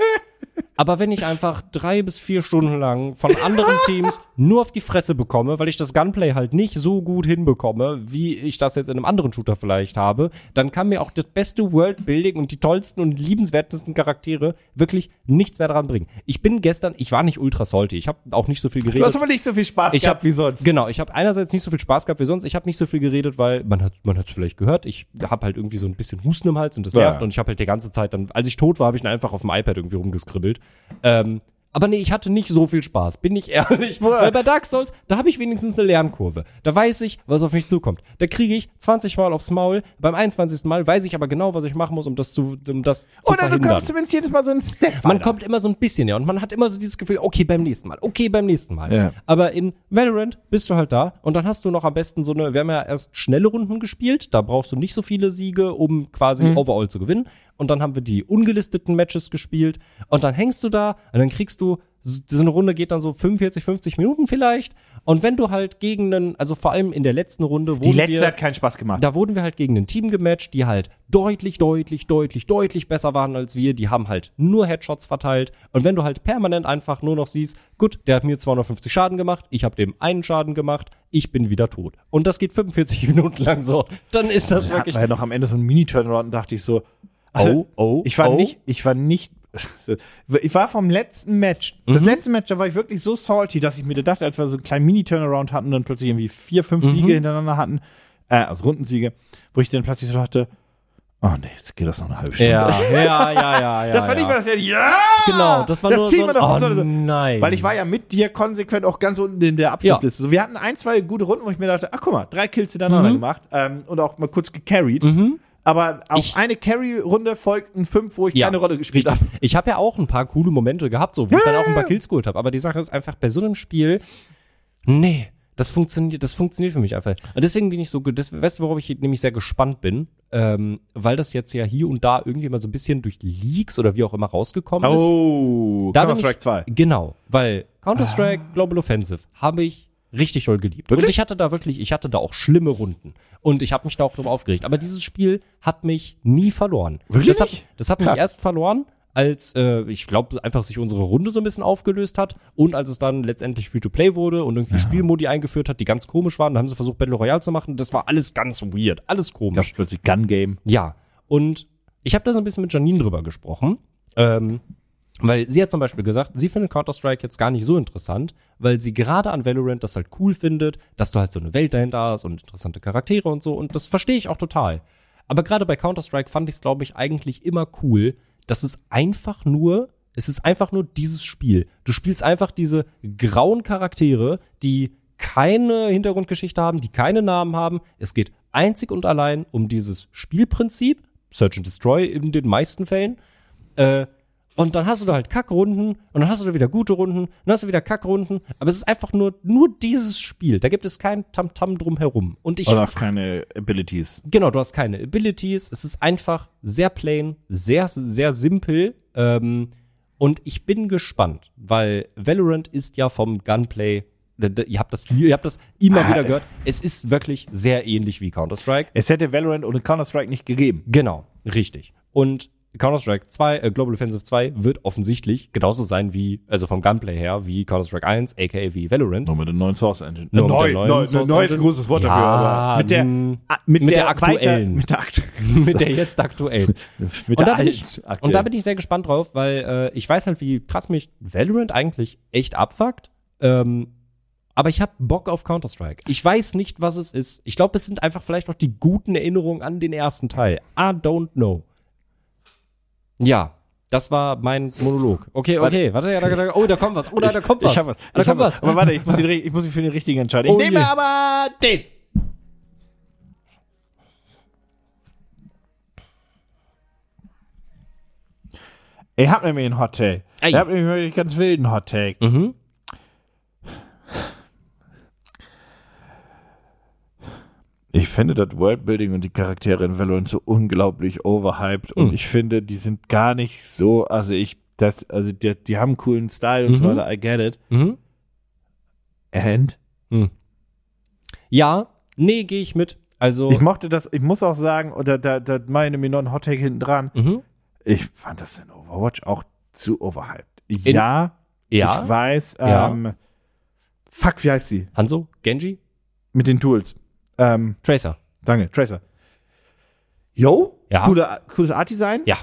Aber wenn ich einfach drei bis vier Stunden lang von anderen Teams nur auf die Fresse bekomme, weil ich das Gunplay halt nicht so gut hinbekomme, wie ich das jetzt in einem anderen Shooter vielleicht habe, dann kann mir auch das beste Worldbuilding und die tollsten und liebenswertesten Charaktere wirklich nichts mehr daran bringen. Ich bin gestern, ich war nicht ultra salty, ich habe auch nicht so viel geredet. Du hast aber nicht so viel Spaß Ich gehabt hab, wie sonst. Genau, ich habe einerseits nicht so viel Spaß gehabt wie sonst. Ich habe nicht so viel geredet, weil man hat man hat's vielleicht gehört. Ich habe halt irgendwie so ein bisschen Husten im Hals und das Ja. nervt. Und ich habe halt die ganze Zeit dann, als ich tot war, habe ich dann einfach auf dem iPad irgendwie rumgeskribbelt. Ähm, aber nee, ich hatte nicht so viel Spaß, bin ich ehrlich. Boah. Weil bei Dark Souls, da habe ich wenigstens eine Lernkurve. Da weiß ich, was auf mich zukommt. Da kriege ich zwanzig Mal aufs Maul. Beim einundzwanzigsten Mal weiß ich aber genau, was ich machen muss, um das zu, um das zu Oder du verhindern. kommst zumindest jedes Mal so ein Step Man weiter. kommt immer so ein bisschen, ja, und man hat immer so dieses Gefühl, okay, beim nächsten Mal, okay, beim nächsten Mal. Ja. Aber in Valorant bist du halt da und dann hast du noch am besten so eine, wir haben ja erst schnelle Runden gespielt, da brauchst du nicht so viele Siege, um quasi Mhm. overall zu gewinnen. Und dann haben wir die ungelisteten Matches gespielt und dann hängst du da und dann kriegst du, so eine Runde geht dann so fünfundvierzig, fünfzig Minuten vielleicht. Und wenn du halt gegen einen, also vor allem in der letzten Runde, Die wurden letzte wir, hat keinen Spaß gemacht. da wurden wir halt gegen ein Team gematcht, die halt deutlich, deutlich, deutlich, deutlich besser waren als wir. Die haben halt nur Headshots verteilt. Und wenn du halt permanent einfach nur noch siehst, gut, der hat mir zweihundertfünfzig Schaden gemacht, ich habe dem einen Schaden gemacht, ich bin wieder tot. Und das geht fünfundvierzig Minuten lang so. Dann ist das Da hatten wirklich... wir ja noch am Ende so einen Mini-Turnaround und dachte ich so, also, oh, oh, ich war oh. nicht, ich war nicht, ich war vom letzten Match, das Mhm. letzte Match, da war ich wirklich so salty, dass ich mir dachte, als wir so einen kleinen Mini-Turnaround hatten und dann plötzlich irgendwie vier, fünf Mhm. Siege hintereinander hatten, äh, also Rundensiege, wo ich dann plötzlich so dachte, oh nee, jetzt geht das noch eine halbe Stunde. Ja, ja, ja, ja, ja. das war ja. nicht mal das, ja, Genau, das war das nur ziehen so wir ein, doch oh, auf so eine- nein. Weil ich war ja mit dir konsequent auch ganz unten in der Abschlussliste. So, wir hatten ein, zwei gute Runden, wo ich mir dachte, ach guck mal, drei Kills hintereinander Mhm. gemacht ähm, und auch mal kurz gecarried. Mhm. Aber auf Ich- eine Carry-Runde folgten fünf, wo ich Ja, keine Rolle gespielt habe. Ich habe ja auch ein paar coole Momente gehabt, so, wo ich dann auch ein paar Kills geholt habe. Aber die Sache ist einfach, bei so einem Spiel, nee, das funktioniert, das funktioniert für mich einfach. Und deswegen bin ich so, das, weißt du, worauf ich nämlich sehr gespannt bin? Ähm, weil das jetzt ja hier und da irgendwie mal so ein bisschen durch Leaks oder wie auch immer rausgekommen ist. Oh, Da bin Counter-Strike ich- zwei. Genau, weil Counter-Strike Global Offensive habe ich richtig doll geliebt. Wirklich? Und ich hatte da wirklich, ich hatte da auch schlimme Runden. Und ich habe mich da auch drüber aufgeregt. Aber dieses Spiel hat mich nie verloren. Wirklich Das hat, nicht? das hat mich Krass. erst verloren, als, äh, ich glaube, einfach sich unsere Runde so ein bisschen aufgelöst hat und als es dann letztendlich Free-to-Play wurde und irgendwie Spielmodi eingeführt hat, die ganz komisch waren. Da haben sie versucht, Battle Royale zu machen. Das war alles ganz weird, alles komisch. Gab plötzlich Gun-Game. Ja, und ich habe da so ein bisschen mit Janine drüber gesprochen, ähm, weil sie hat zum Beispiel gesagt, sie findet Counter-Strike jetzt gar nicht so interessant, weil sie gerade an Valorant das halt cool findet, dass du halt so eine Welt dahinter hast und interessante Charaktere und so, und das verstehe ich auch total. Aber gerade bei Counter-Strike fand ich es, glaube ich, eigentlich immer cool, dass es einfach nur, es ist einfach nur dieses Spiel. Du spielst einfach diese grauen Charaktere, die keine Hintergrundgeschichte haben, die keine Namen haben. Es geht einzig und allein um dieses Spielprinzip, Search and Destroy in den meisten Fällen. Äh, und dann hast du da halt Kackrunden und dann hast du da wieder gute Runden, dann hast du wieder Kackrunden. Aber es ist einfach nur, nur dieses Spiel. Da gibt es kein Tamtam drumherum. Und ich Oder keine Abilities. Genau, du hast keine Abilities. Es ist einfach sehr plain, sehr, sehr simpel. Ähm, und ich bin gespannt, weil Valorant ist ja vom Gunplay, d- d- ihr habt das, ihr habt das immer Ah, wieder gehört. Es ist wirklich sehr ähnlich wie Counter-Strike. Es hätte Valorant ohne Counter-Strike nicht gegeben. Genau, richtig. Und Counter-Strike zwei, äh, Global Offensive zwei wird offensichtlich genauso sein wie, also vom Gunplay her, wie Counter-Strike eins, aka wie Valorant. Nur mit der neuen Source Engine. Nur mit neu, der neuen neu, Source neu ist ein Engine. großes Wort Ja, dafür. Aber mit der, mm, ah, mit, mit der, der aktuellen. Weiter, mit der aktuellen. Mit der jetzt aktuellen. mit Und der da, bin alten ich, aktuellen. und da bin ich sehr gespannt drauf, weil äh, ich weiß halt, wie krass mich Valorant eigentlich echt abfuckt. Ähm, Aber ich habe Bock auf Counter-Strike. Ich weiß nicht, was es ist. Ich glaube, es sind einfach vielleicht auch die guten Erinnerungen an den ersten Teil. I don't know. Ja, das war mein Monolog. Okay, okay, warte, ja, da, da, oh, da kommt was. Oh, da, da kommt was. Ich hab was. Da ich kommt hab was. Aber warte, ich muss, den, ich muss mich für den richtigen entscheiden. Ich Oh nehme je. aber den. Ich hab nämlich einen Hot Take. Ey. Ich hab nämlich einen ganz wilden Hot Take. Mhm. Ich finde das Worldbuilding und die Charaktere in Valorant so unglaublich overhyped und Mhm. ich finde, die sind gar nicht so, also ich, das, also die, die haben einen coolen Style und Mhm. so weiter, I get it. Mhm. And? Mhm. Ja, nee, gehe ich mit. Also, Ich mochte das, ich muss auch sagen, oder da, da meine mir noch ein Hot Take hinten dran. mhm. Ich fand das in Overwatch auch zu overhyped. In- ja, Ja, ich weiß, Ja. ähm, fuck, wie heißt sie? Hanzo, Genji, Mit den Tools. Ähm, Tracer. danke, Tracer. Yo, Ja. Coole, cooles Art-Design. Ja.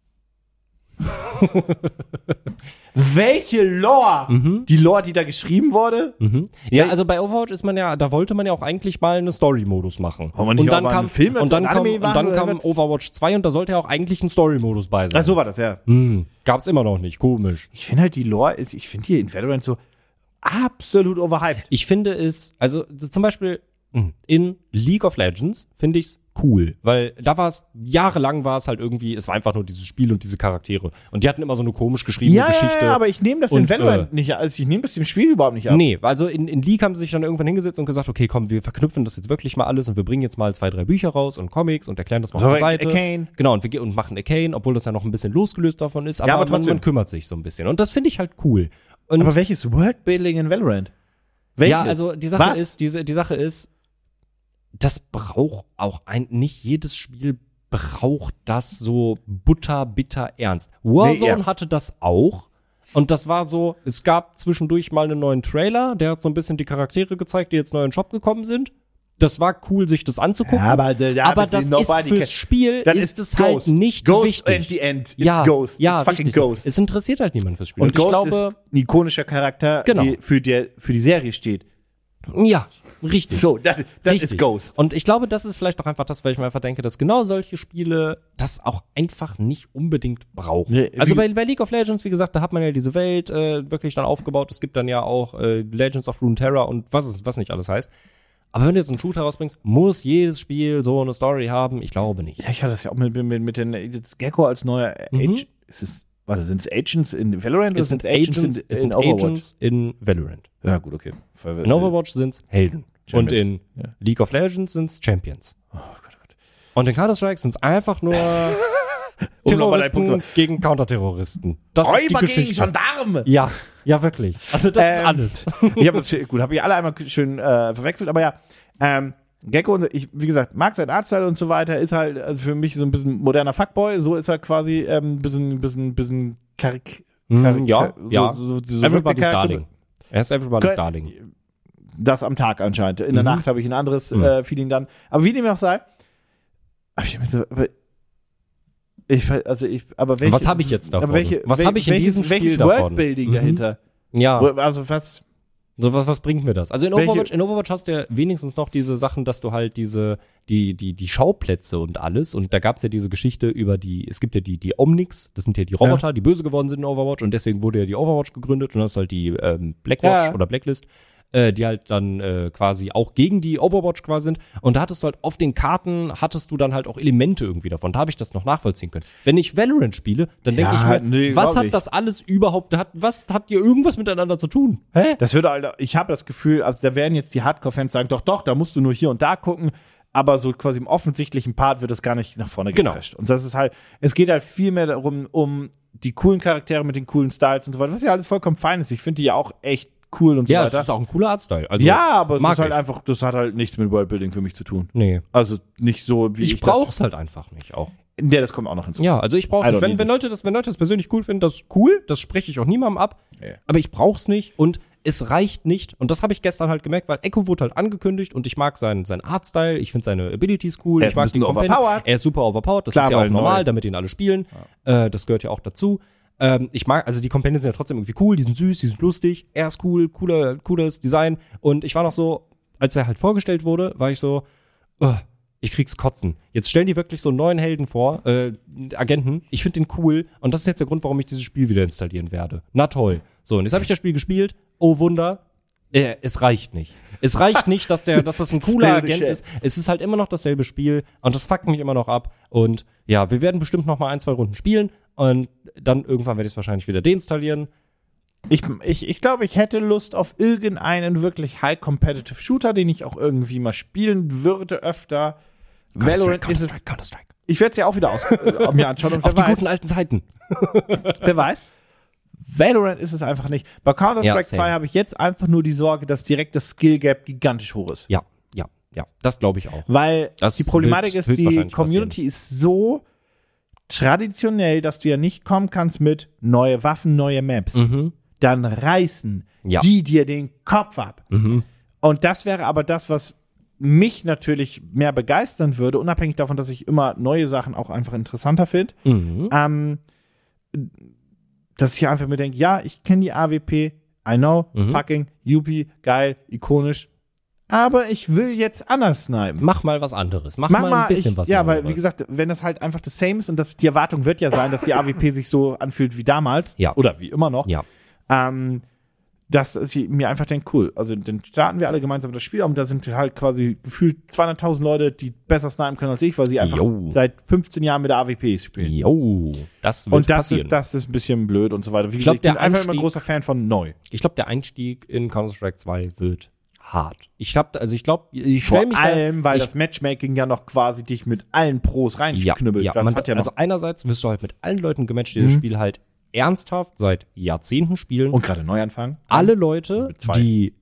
Welche Lore? Mhm. Die Lore, die da geschrieben wurde? Mhm. Ja, also bei Overwatch ist man ja, da wollte man ja auch eigentlich mal einen Story-Modus machen. Wollen wir nicht und dann auch mal kam einen Film und dann als kam, Anime und machen dann oder kam was? Overwatch zwei und da sollte ja auch eigentlich ein Story-Modus bei sein. Ach, so war das, ja. Hm, gab's immer noch nicht, komisch. Ich finde halt, die Lore ist, ich finde hier in Valorant so absolut overhyped. Ich finde es, also so zum Beispiel mh, in League of Legends finde ich's cool, weil da war es, jahrelang war es halt irgendwie, es war einfach nur dieses Spiel und diese Charaktere. Und die hatten immer so eine komisch geschriebene Ja, ja, Geschichte. ja, aber ich nehme das Und, in Valorant äh, nicht, also ich nehme das dem Spiel überhaupt nicht ab. Nee, also in, in League haben sie sich dann irgendwann hingesetzt und gesagt, okay, komm, wir verknüpfen das jetzt wirklich mal alles und wir bringen jetzt mal zwei, drei Bücher raus und Comics und erklären das mal So, auf der Seite. Arcane. Genau, und wir ge- und machen Arcane, obwohl das ja noch ein bisschen losgelöst davon ist, aber, aber man, trotzdem. man kümmert sich so ein bisschen. Und das finde ich halt cool. Und Aber welches Worldbuilding in Valorant? Welches? ja, also die Sache Was? ist, diese, die Sache ist, das braucht auch ein, nicht jedes Spiel braucht das so butterbitter ernst. Warzone Nee, ja. hatte das auch. Und das war so, es gab zwischendurch mal einen neuen Trailer, der hat so ein bisschen die Charaktere gezeigt, die jetzt neu in den Shop gekommen sind. Das war cool, sich das anzugucken. Ja, aber, ja, aber bitte, das ist nobody fürs can- Spiel Das ist es Ghost. halt nicht Ghost wichtig. and the end. It's ja, Ghost. ja, It's fucking richtig so. Ghost. Es interessiert halt niemand fürs Spiel. Und Und, ich Ghost glaube, ist ein ikonischer Charakter, Genau. die für, die, für die Serie steht. ja, richtig. So, das, das Richtig. ist Ghost. Und ich glaube, das ist vielleicht auch einfach das, weil ich mir einfach denke, dass genau solche Spiele das auch einfach nicht unbedingt brauchen. Nee, also wie- bei, bei League of Legends, wie gesagt, da hat man ja diese Welt äh, wirklich dann aufgebaut. Es gibt dann ja auch äh, Legends of Runeterra und was es, was nicht alles heißt. Aber wenn du jetzt einen Shooter rausbringst, muss jedes Spiel so eine Story haben? Ich glaube nicht. Ja, ich hatte das ja auch mit, mit, mit den jetzt Gecko als neuer Mhm. Agent. Ist es, warte, sind es Agents in Valorant Es sind oder Agents, in, es sind in Overwatch? Agents in Valorant. Ja, gut, okay. In Overwatch sind's Helden. Und in Ja. League of Legends sind's Champions. Oh Gott, oh Gott. Und in Counter-Strike sind's einfach nur Um nochmal deinen Punkt Terroristen zu- gegen Counterterroristen. Das ist die Räuber gegen Geschichte. Gendarme! Ja, ja, wirklich. Also das ist Ähm, alles. Ich habe das gut, habe ich alle einmal schön äh, verwechselt, aber ja, ähm, Gecko, und ich, wie gesagt, mag sein Artstyle und so weiter, ist halt also für mich so ein bisschen moderner Fuckboy, so ist er quasi ähm, bisschen, bisschen, bisschen karik, Mm, ja, so, ja. So, so, so Everybody's wirkt der Charakter- Darling. Er ist Everybody's Kön- Darling. Das am Tag anscheinend. In der Mhm. Nacht habe ich ein anderes Mhm. äh, Feeling dann. Aber wie dem auch sei, aber ich, hab mir so, aber ich, also ich, aber welche, Was habe ich jetzt davon? aber welche, Was wel- habe ich in welches, diesem Spiel welches davon? Worldbuilding Mhm. dahinter? Ja, Wo- Also was? so was, was bringt mir das? Also in Welche- Overwatch, in Overwatch hast du ja wenigstens noch diese Sachen, dass du halt diese, die, die, die Schauplätze und alles. Und da gab's ja diese Geschichte über die, es gibt ja die, die Omnics, das sind ja die Roboter, die böse geworden sind in Overwatch. Und deswegen wurde ja die Overwatch gegründet und dann hast du halt die ähm, Blackwatch Ja. oder Blacklist, äh, die halt dann äh, quasi auch gegen die Overwatch quasi sind. Und da hattest du halt auf den Karten, hattest du dann halt auch Elemente irgendwie davon. Da habe ich das noch nachvollziehen können. Wenn ich Valorant spiele, dann denke Ja, ich mir, nee, was glaub hat ich. das alles überhaupt, hat, was hat hier irgendwas miteinander zu tun? Hä? Das würde, Alter, ich habe das Gefühl, also da werden jetzt die Hardcore-Fans sagen, doch, doch, da musst du nur hier und da gucken, aber so quasi im offensichtlichen Part wird das gar nicht nach vorne Genau. gecrasht. Und das ist halt, es geht halt viel mehr darum, um die coolen Charaktere mit den coolen Styles und so weiter, was ja alles vollkommen fein ist. Ich finde die ja auch echt cool und so Ja, es weiter. ist auch ein cooler Artstyle. Also, Ja, aber es mag ist halt ich. einfach, das hat halt nichts mit Worldbuilding für mich zu tun. Nee. Also nicht so, wie ich, Ich brauch's halt einfach nicht auch. das. Ja, das kommt auch noch hinzu. Ja, also ich brauch's I don't nicht. Wenn, need wenn Leute das, wenn Leute das persönlich cool finden, das ist cool, das spreche ich auch niemandem ab. Ja. Aber ich brauch's nicht und es reicht nicht. Und das habe ich gestern halt gemerkt, weil Echo wurde halt angekündigt und ich mag seinen, seinen Artstyle, ich finde seine Abilities cool, Er ich ist ein mag die bisschen Companion. overpowered. Er ist super overpowered, das Klar, ist ja weil auch normal, neu. damit ihn alle spielen. Äh, das gehört ja auch dazu. Ähm, ich mag, also die Companions sind ja trotzdem irgendwie cool, die sind süß, die sind lustig, er ist cool, cooler, cooles Design. Und ich war noch so, als er halt vorgestellt wurde, war ich so, oh, ich krieg's kotzen. Jetzt stellen die wirklich so einen neuen Helden vor, äh, Agenten. Ich finde den cool und das ist jetzt der Grund, warum ich dieses Spiel wieder installieren werde. Na toll. So, und jetzt habe ich das Spiel gespielt. Oh Wunder. Äh, es reicht nicht. Es reicht nicht, dass der, dass das ein cooler Agent ist. Es ist halt immer noch dasselbe Spiel und das fuckt mich immer noch ab. Und ja, wir werden bestimmt noch mal ein, zwei Runden spielen und dann irgendwann werde ich es wahrscheinlich wieder deinstallieren. Ich, ich, ich glaube, ich hätte Lust auf irgendeinen wirklich High-Competitive-Shooter, den ich auch irgendwie mal spielen würde öfter. Valorant ist es. Counter-Strike. Ich werde es ja auch wieder aus, äh, mir anschauen. Und Auf wer die weiß, guten alten Zeiten. wer weiß. Valorant ist es einfach nicht. Bei Counter-Strike Ja, zwei habe ich jetzt einfach nur die Sorge, dass direkt das Skill-Gap gigantisch hoch ist. Ja, ja, ja. Das glaube ich auch. Weil Das die Problematik wird ist, die höchstwahrscheinlich Community ist so traditionell, dass du ja nicht kommen kannst mit neue Waffen, neue Maps. Mhm. Dann reißen Ja. die dir den Kopf ab. Mhm. Und das wäre aber das, was mich natürlich mehr begeistern würde, unabhängig davon, dass ich immer neue Sachen auch einfach interessanter finde. Mhm. Ähm, dass ich einfach mir denke, ja, ich kenne die A W P, I know, Mhm. fucking, Yuppie, geil, ikonisch, aber ich will jetzt anders snipen. Mach mal was anderes. Mach, Mach mal mal, ein bisschen ich, was ja, anderes. weil, wie gesagt, wenn das halt einfach das Same ist und das, die Erwartung wird ja sein, dass die A W P sich so anfühlt wie damals, Ja. oder wie immer noch, Ja. ähm, dass ich mir einfach denke, cool, also dann starten wir alle gemeinsam das Spiel und da sind halt quasi gefühlt zweihunderttausend Leute, die besser snipen können als ich, weil sie einfach Jo. seit fünfzehn Jahren mit der A W P spielen. Jo, das wird Und das passieren. ist, das ist ein bisschen blöd und so weiter. Wie Ich glaub, gesagt, ich bin der einfach immer ein Einstieg- großer Fan von neu. Ich glaube, der Einstieg in Counter-Strike zwei wird hart. Ich hab, also ich glaube, ich Vor stelle mich allem, da, weil ich, das Matchmaking ja noch quasi dich mit allen Pros ja, reinknüppelt. ja, das man, hat ja noch. also einerseits wirst du halt mit allen Leuten gematcht, die das Mhm. Spiel halt ernsthaft seit Jahrzehnten spielen. Und gerade Neuanfang. alle Leute, Mit zwei. die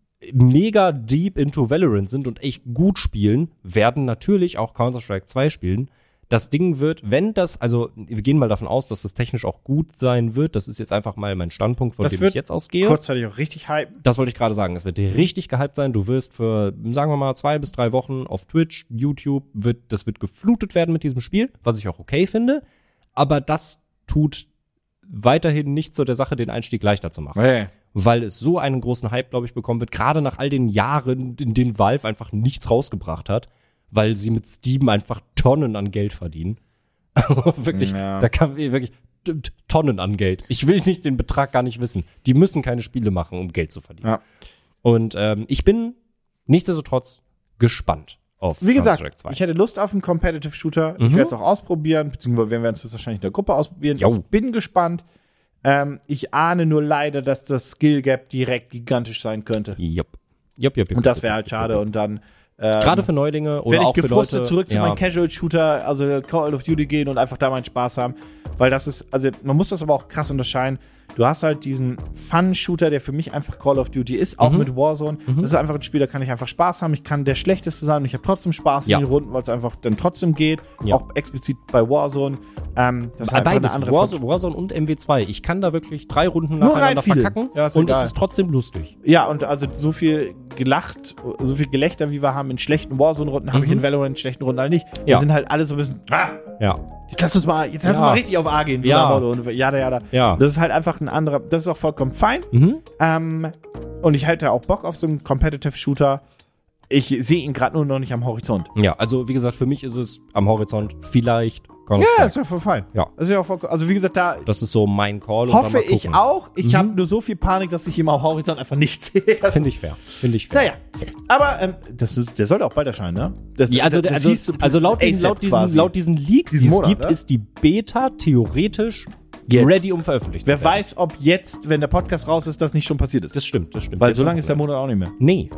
mega deep into Valorant sind und echt gut spielen, werden natürlich auch Counter-Strike zwei spielen. Das Ding wird, wenn das, also wir gehen mal davon aus, dass das technisch auch gut sein wird. Das ist jetzt einfach mal mein Standpunkt, von Das dem wird ich jetzt ausgehe. Kurzzeitig auch richtig hype. Das wollte ich gerade sagen. Es wird richtig gehypt sein. Du wirst für, sagen wir mal, zwei bis drei Wochen auf Twitch, YouTube, wird, das wird geflutet werden mit diesem Spiel, was ich auch okay finde. Aber das tut weiterhin nicht zu der Sache, den Einstieg leichter zu machen. Hey. Weil es so einen großen Hype, glaube ich, bekommen wird, gerade nach all den Jahren, in denen Valve einfach nichts rausgebracht hat, weil sie mit Steam einfach Tonnen an Geld verdienen. Also wirklich, Ja. da kann wirklich t- t- Tonnen an Geld. Ich will nicht den Betrag gar nicht wissen. Die müssen keine Spiele machen, um Geld zu verdienen. Ja. Und ähm, ich bin nichtsdestotrotz gespannt auf Wie gesagt, Counter-Strike zwei. ich hätte Lust auf einen Competitive Shooter. Mhm. Ich werde es auch ausprobieren, beziehungsweise wir werden es wahrscheinlich in der Gruppe ausprobieren. Jo. Ich bin gespannt. Ähm, ich ahne nur leider, dass das Skill Gap direkt gigantisch sein könnte. Jupp. Jupp, jupp, jupp, Und das jupp, wäre jupp, halt jupp, schade. jupp. Und dann ähm, Gerade für Neulinge oder werde ich auch für gefrustet Leute, zurück zu ja, meinem Casual-Shooter, also Call of Duty gehen und einfach da meinen Spaß haben. Weil das ist, also man muss das aber auch krass unterscheiden. Du hast halt diesen Fun-Shooter, der für mich einfach Call of Duty ist, auch Mhm. mit Warzone. Das ist einfach ein Spiel, da kann ich einfach Spaß haben. Ich kann der Schlechteste sein und ich habe trotzdem Spaß Ja. in den Runden, weil es einfach dann trotzdem geht. Ja. Auch explizit bei Warzone. Ähm, das ist einfach Beides, eine andere Warzone, Warzone und M W zwei. Ich kann da wirklich drei Runden Nur nacheinander reinfielen. verkacken Ja, ist und egal. es ist trotzdem lustig. Ja, und also so viel gelacht, so viel Gelächter, wie wir haben in schlechten Warzone-Runden, habe ich in Valorant in schlechten Runden halt nicht. Wir Ja. sind halt alle so ein bisschen, ah, Ja. jetzt lass uns mal, jetzt lass uns Ja. mal richtig auf A gehen. So Ja. nach Motto. Und jada, jada. Ja. Das ist halt einfach ein anderer, das ist auch vollkommen fein. Mhm. Ähm, und ich hätte auch Bock auf so einen Competitive-Shooter. Ich sehe ihn gerade nur noch nicht am Horizont. Ja, also wie gesagt, für mich ist es am Horizont vielleicht Ja, Counter-Strike. ist ja voll fein. Ja. Das ist ja auch voll, also wie gesagt, da Das ist so mein Call. Und hoffe dann mal ich gucken. auch. Ich Mhm. habe nur so viel Panik, dass ich ihn am Horizont einfach nicht sehe. Finde ich fair. Finde ich fair. Naja, aber ähm, das, der sollte auch bald erscheinen, ne? Das, Ja, also, das also, hieß so also laut, diesen, ASAP laut, diesen, quasi. laut diesen Leaks, Diesen die es Monat, gibt, ne? ist die Beta theoretisch Jetzt. ready, um veröffentlicht Wer zu werden. weiß, ob jetzt, wenn der Podcast raus ist, das nicht schon passiert ist. Das stimmt, das stimmt. Weil Jetzt so lange ist der noch- Monat auch nicht mehr. Nee,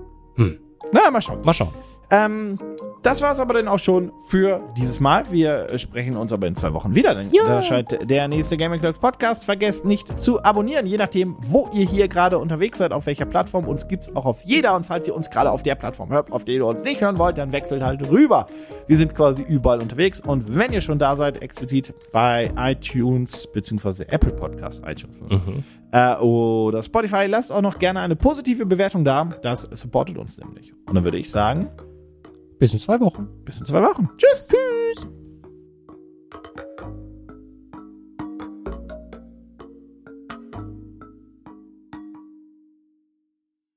Na, mal schauen. mal schauen. Ähm, das war's aber dann auch schon für dieses Mal. Wir äh, sprechen uns aber in zwei Wochen wieder. Denn Ja. da erscheint der nächste Gaming Clerks Podcast. Vergesst nicht zu abonnieren, je nachdem, wo ihr hier gerade unterwegs seid, auf welcher Plattform. Uns gibt's auch auf jeder. Und falls ihr uns gerade auf der Plattform hört, auf der ihr uns nicht hören wollt, dann wechselt halt rüber. Wir sind quasi überall unterwegs. Und wenn ihr schon da seid, explizit bei iTunes bzw. Apple Podcast, iTunes äh, oder Spotify, lasst auch noch gerne eine positive Bewertung da. Das supportet uns nämlich. Und dann würde ich sagen, Bis in zwei Wochen. bis in zwei Wochen. Tschüss. Tschüss.